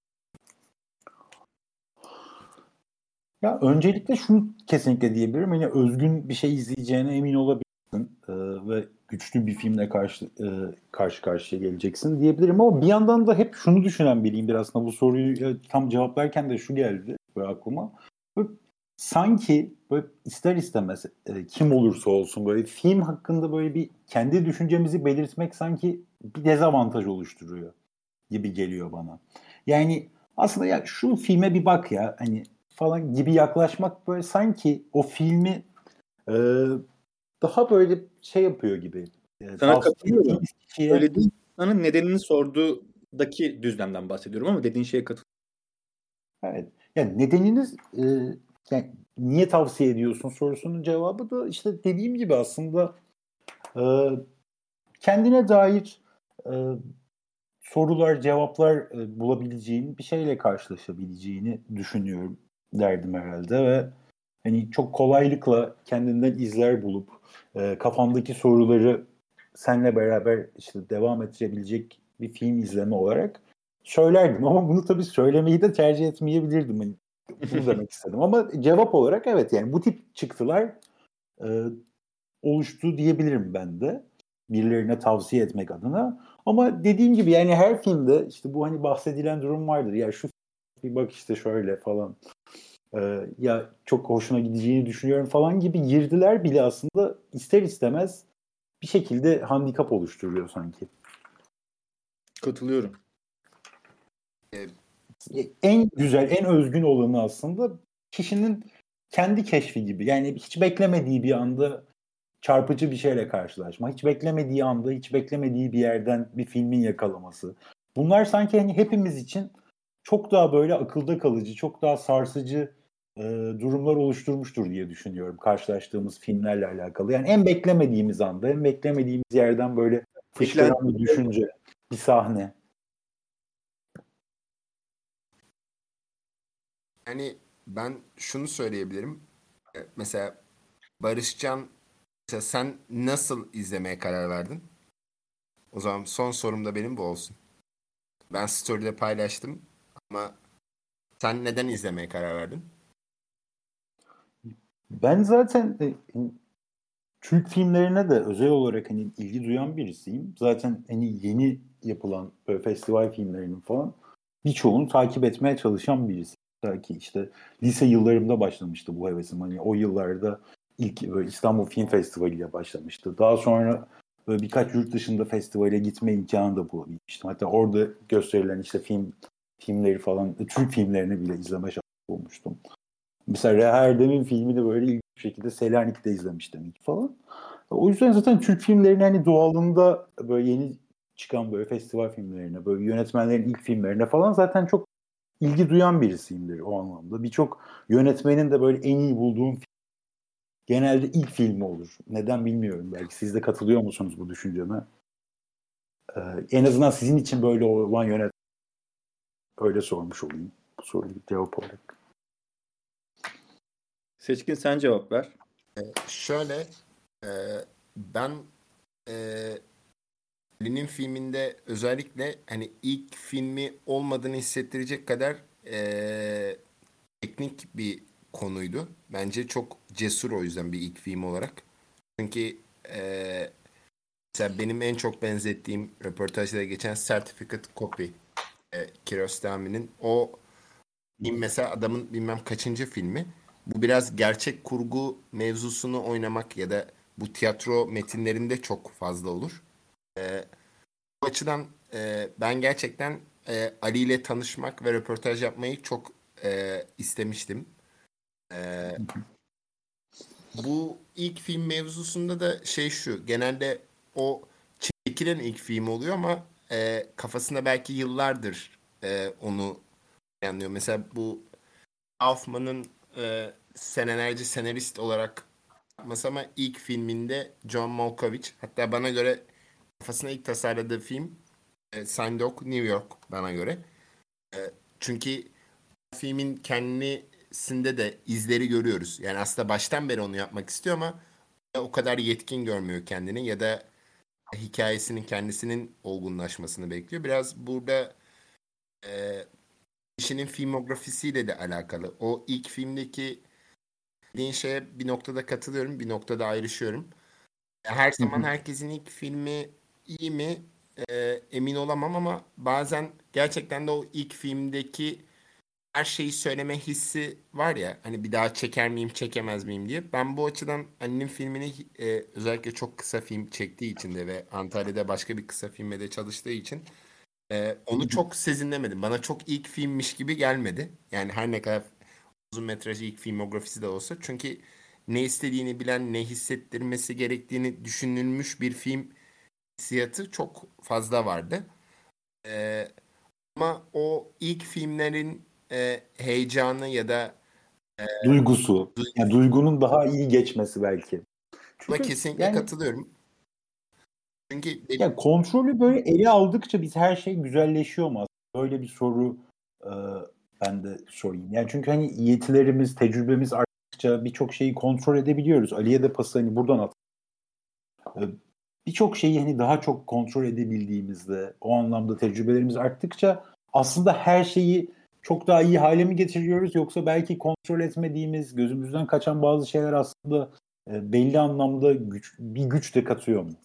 Ya öncelikle şunu kesinlikle diyebilirim. Hani özgün bir şey izleyeceğine emin olabilirsin ve güçlü bir filmle karşı karşıya geleceksin diyebilirim. Ama bir yandan da hep şunu düşünen biriyim biraz aslında bu soruyu tam cevaplarken de şu geldi böyle aklıma. Böyle, sanki böyle ister istemez kim olursa olsun böyle film hakkında böyle bir kendi düşüncemizi belirtmek sanki bir dezavantaj oluşturuyor gibi geliyor bana. Yani aslında ya şu filme bir bak ya hani falan gibi yaklaşmak böyle sanki o filmi e, daha böyle şey yapıyor gibi. Sana Tavsiye katılıyorum. ettiğimiz kişiye Söylediğin insanın nedenini sorduğundaki düzlemden bahsediyorum ama dediğin şeye katılıyorum. evet. Yani nedeniniz yani niye tavsiye ediyorsun sorusunun cevabı da işte dediğim gibi aslında e, kendine dair e, sorular, cevaplar bulabileceğin bir şeyle karşılaşabileceğini düşünüyorum derdim herhalde ve hani çok kolaylıkla kendinden izler bulup kafandaki soruları seninle beraber işte devam ettirebilecek bir film izleme olarak söylerdim ama bunu tabii söylemeyi de tercih etmeyebilirdim. Hani bunu demek istedim ama cevap olarak evet yani bu tip çıktılar e, oluştu diyebilirim ben de birilerine tavsiye etmek adına. Ama dediğim gibi yani her filmde işte bu hani bahsedilen durum vardır. Ya şu bir bak işte şöyle falan. Ya çok hoşuna gideceğini düşünüyorum falan gibi girdiler bile aslında ister istemez bir şekilde handikap oluşturuyor sanki. Katılıyorum. En güzel, en özgün olanı aslında kişinin kendi keşfi gibi. Yani hiç beklemediği bir anda çarpıcı bir şeyle karşılaşma. Hiç beklemediği anda, hiç beklemediği bir yerden bir filmin yakalaması. Bunlar sanki hani hepimiz için çok daha böyle akılda kalıcı, çok daha sarsıcı durumlar oluşturmuştur diye düşünüyorum karşılaştığımız filmlerle alakalı. Yani en beklemediğimiz anda, en beklemediğimiz yerden böyle fışkıran bir düşünce, bir sahne. Yani ben şunu söyleyebilirim. Mesela Barışcan, mesela sen nasıl izlemeye karar verdin? O zaman son sorum da benim bu olsun. Ben story'de paylaştım ama sen neden izlemeye karar verdin? Ben zaten Türk filmlerine de özel olarak hani ilgi duyan birisiyim. Zaten hani yeni yapılan böyle festival filmlerinin falan birçoğunu takip etmeye çalışan birisi. Belki işte lise yıllarımda başlamıştı bu hevesim. Hani o yıllarda ilk böyle İstanbul Film Festivali ile başlamıştı. Daha sonra böyle birkaç yurt dışında festivale gitme imkanı da bulabilmiştim. Hatta orada gösterilen işte filmleri falan, Türk filmlerini bile izleme şansı bulmuştum. Mesela Reha Erdem'in filmi de böyle ilginç bir şekilde Selanik'te izlemiştim ilk falan. O yüzden zaten Türk filmlerinin hani doğalında böyle yeni çıkan böyle festival filmlerine, böyle yönetmenlerin ilk filmlerine falan zaten çok ilgi duyan birisiyimdir o anlamda. Birçok yönetmenin de böyle en iyi bulduğum film genelde ilk filmi olur. Neden bilmiyorum. Belki siz de katılıyor musunuz bu düşünceme? En azından sizin için böyle olan yönetmen öyle sormuş olayım. Bu soruyu cevap olarak. Seçkin sen cevap ver. Şöyle ben Ali'nin filminde özellikle hani ilk filmi olmadığını hissettirecek kadar teknik bir konuydu. Bence çok cesur o yüzden bir ilk film olarak. Çünkü mesela benim en çok benzettiğim röportajda da geçen Certificate Copy Kiarostami'nin o film mesela adamın bilmem kaçıncı filmi. Bu biraz gerçek kurgu mevzusunu oynamak ya da bu tiyatro metinlerinde çok fazla olur. Bu açıdan ben gerçekten Ali ile tanışmak ve röportaj yapmayı çok istemiştim. E, Bu ilk film mevzusunda da şey şu. Genelde o çekilen ilk film oluyor ama kafasında belki yıllardır onu planlıyor. Mesela bu Kaufman'ın senelerce senarist olarak yapması ama ilk filminde John Malkovich, hatta bana göre kafasına ilk tasarladığı film Synecdoche, New York bana göre. E, Çünkü filmin kendisinde de izleri görüyoruz. Yani aslında baştan beri onu yapmak istiyor ama o kadar yetkin görmüyor kendini ya da hikayesinin kendisinin olgunlaşmasını bekliyor. Biraz burada e, kişinin filmografisiyle de alakalı. O ilk filmdeki dediğin şeye bir noktada katılıyorum, bir noktada ayrışıyorum. Her zaman herkesin ilk filmi iyi mi emin olamam ama bazen gerçekten de o ilk filmdeki her şeyi söyleme hissi var ya, hani bir daha çeker miyim çekemez miyim diye. Ben bu açıdan annemin filmini özellikle çok kısa film çektiği için de ve Antalya'da başka bir kısa filmde de çalıştığı için onu çok sezinlemedim. Bana çok ilk filmmiş gibi gelmedi. Yani her ne kadar uzun metraj ilk filmografisi de olsa. Çünkü ne istediğini bilen, ne hissettirmesi gerektiğini düşünülmüş bir film hissiyatı çok fazla vardı. E, Ama o ilk filmlerin heyecanı ya da Duygusu. Yani duygusu, duygunun daha iyi geçmesi belki. buna Çünkü kesinlikle yani katılıyorum. Çünkü ya kontrolü böyle ele aldıkça biz her şey güzelleşiyor mu aslında? Böyle bir soru e, ben de sorayım. Yani çünkü hani yetilerimiz, tecrübemiz arttıkça birçok şeyi kontrol edebiliyoruz. Ali'ye de pası hani buradan at. E, Birçok şeyi hani daha çok kontrol edebildiğimizde, o anlamda tecrübelerimiz arttıkça aslında her şeyi çok daha iyi hale mi getiriyoruz, yoksa belki kontrol etmediğimiz, gözümüzden kaçan bazı şeyler aslında belli anlamda bir güç de katıyor mu?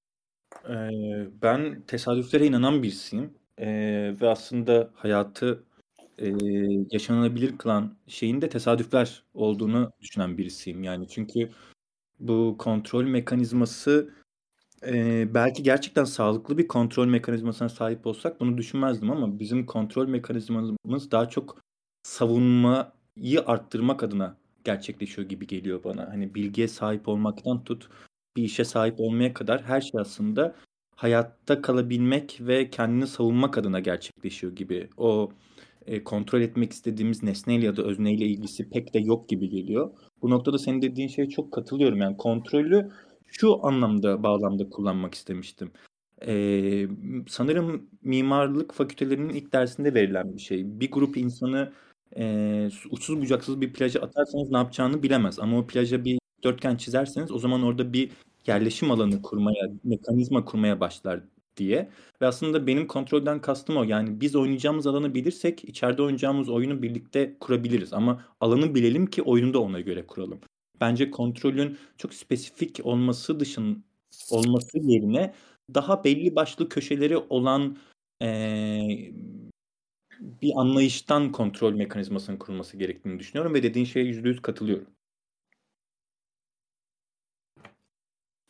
Ben tesadüflere inanan birisiyim. Ve aslında hayatı yaşanılabilir kılan şeyin de tesadüfler olduğunu düşünen birisiyim. Yani çünkü bu kontrol mekanizması belki gerçekten sağlıklı bir kontrol mekanizmasına sahip olsak bunu düşünmezdim ama bizim kontrol mekanizmamız daha çok savunmayı arttırmak adına gerçekleşiyor gibi geliyor bana. Hani bilgiye sahip olmaktan tut, bir işe sahip olmaya kadar her şey aslında hayatta kalabilmek ve kendini savunmak adına gerçekleşiyor gibi. O kontrol etmek istediğimiz nesneyle ya da özneyle ilgisi pek de yok gibi geliyor. Bu noktada senin dediğin şeye çok katılıyorum. Yani kontrolü şu anlamda, bağlamda kullanmak istemiştim. Sanırım mimarlık fakültelerinin ilk dersinde verilen bir şey. Bir grup insanı uçsuz bucaksız bir plaja atarsanız ne yapacağını bilemez. Ama o plaja bir dörtgen çizerseniz o zaman orada bir yerleşim alanı kurmaya, mekanizma kurmaya başlar diye. Ve aslında benim kontrolden kastım o. Yani biz oynayacağımız alanı bilirsek içeride oynayacağımız oyunu birlikte kurabiliriz. Ama alanı bilelim ki oyunu da ona göre kuralım. Bence kontrolün çok spesifik olması yerine daha belli başlı köşeleri olan eee, bir anlayıştan kontrol mekanizmasının kurulması gerektiğini düşünüyorum ve dediğin şeye %100 katılıyorum.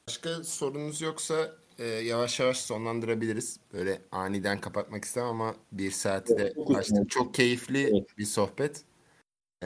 Başka sorunuz yoksa yavaş yavaş sonlandırabiliriz. Böyle aniden kapatmak istemem ama bir saati de Çok uzun oldu. açtık. Çok keyifli Evet. bir sohbet. E,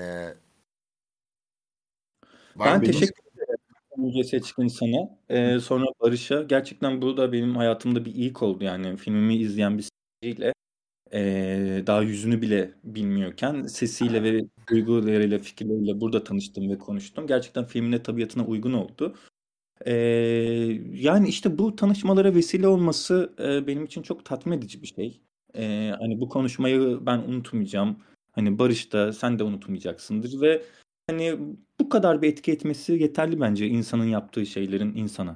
var Ben mı? Benim teşekkür ederim önce Seçkin sana. Sonra Barış'a. Gerçekten bu da benim hayatımda bir ilk oldu. Yani filmimi izleyen bir seyirciyle daha yüzünü bile bilmiyorken sesiyle ve duygularıyla, fikirleriyle burada tanıştım ve konuştum. Gerçekten filmin de tabiatına uygun oldu. Ee, Yani işte bu tanışmalara vesile olması benim için çok tatmin edici bir şey. Hani bu konuşmayı ben unutmayacağım. Hani Barış da sen de unutmayacaksındır ve hani bu kadar bir etki etmesi yeterli bence insanın yaptığı şeylerin insana.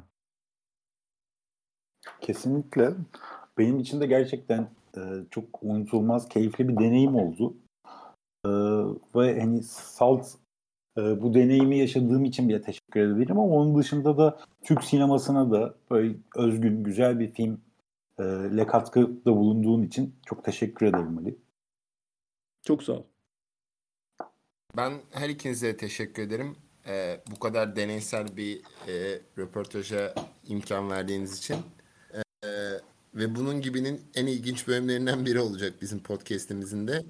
kesinlikle benim için de gerçekten çok unutulmaz, keyifli bir deneyim oldu. E, Ve hani Salt bu deneyimi yaşadığım için bile teşekkür ederim ama onun dışında da Türk sinemasına da böyle özgün, güzel bir film le katkıda bulunduğun için çok teşekkür ederim Ali. Çok sağ ol. Ben her ikinize de teşekkür ederim. Bu kadar deneysel bir röportaja imkan verdiğiniz için. E, Ve bunun gibinin en ilginç bölümlerinden biri olacak bizim podcast'imizin de.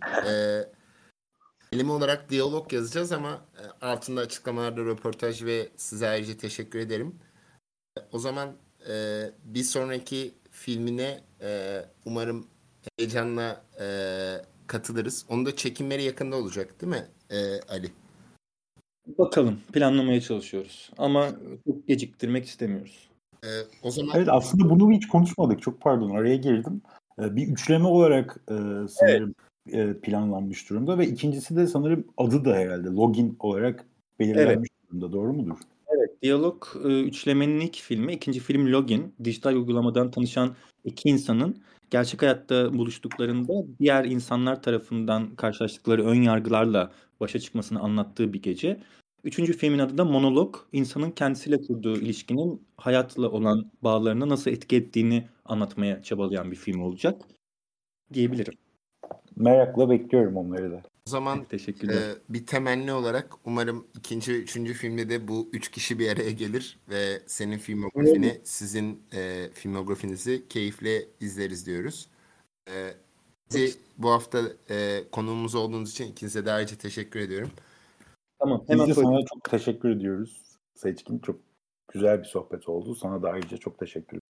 Kelime olarak diyalog yazacağız ama altında açıklamalarda röportaj ve size ayrıca teşekkür ederim. O zaman bir sonraki filmine umarım heyecanla katılırız. Onun da çekimleri yakında olacak, değil mi Ali? Bakalım planlamaya çalışıyoruz ama çok geciktirmek istemiyoruz. O zaman Evet, aslında bunu hiç konuşmadık. Çok pardon, araya girdim. Bir üçleme olarak Evet. sanırım planlanmış durumda ve ikincisi de sanırım adı da herhalde login olarak Evet. belirlenmiş durumda. Doğru mudur? Evet, Diyalog üçlemenin ilk filmi. İkinci film Login. Dijital uygulamadan tanışan iki insanın gerçek hayatta buluştuklarında diğer insanlar tarafından karşılaştıkları ön yargılarla başa çıkmasını anlattığı bir gece. Üçüncü filmin adı da Monolog. İnsanın kendisiyle kurduğu ilişkinin hayatla olan bağlarına nasıl etki ettiğini anlatmaya çabalayan bir film olacak diyebilirim. Merakla bekliyorum onları da. o zaman Teşekkürler. bir temenni olarak umarım ikinci ve üçüncü filmde de bu üç kişi bir araya gelir ve senin filmografini, sizin filmografinizi keyifle izleriz diyoruz. E, Bizi bu hafta konuğumuz olduğunuz için ikinize de ayrıca teşekkür ediyorum. Tamam, Biz hemen de koydum. sana çok teşekkür ediyoruz Seçkin. Çok güzel bir sohbet oldu. Sana da ayrıca çok teşekkür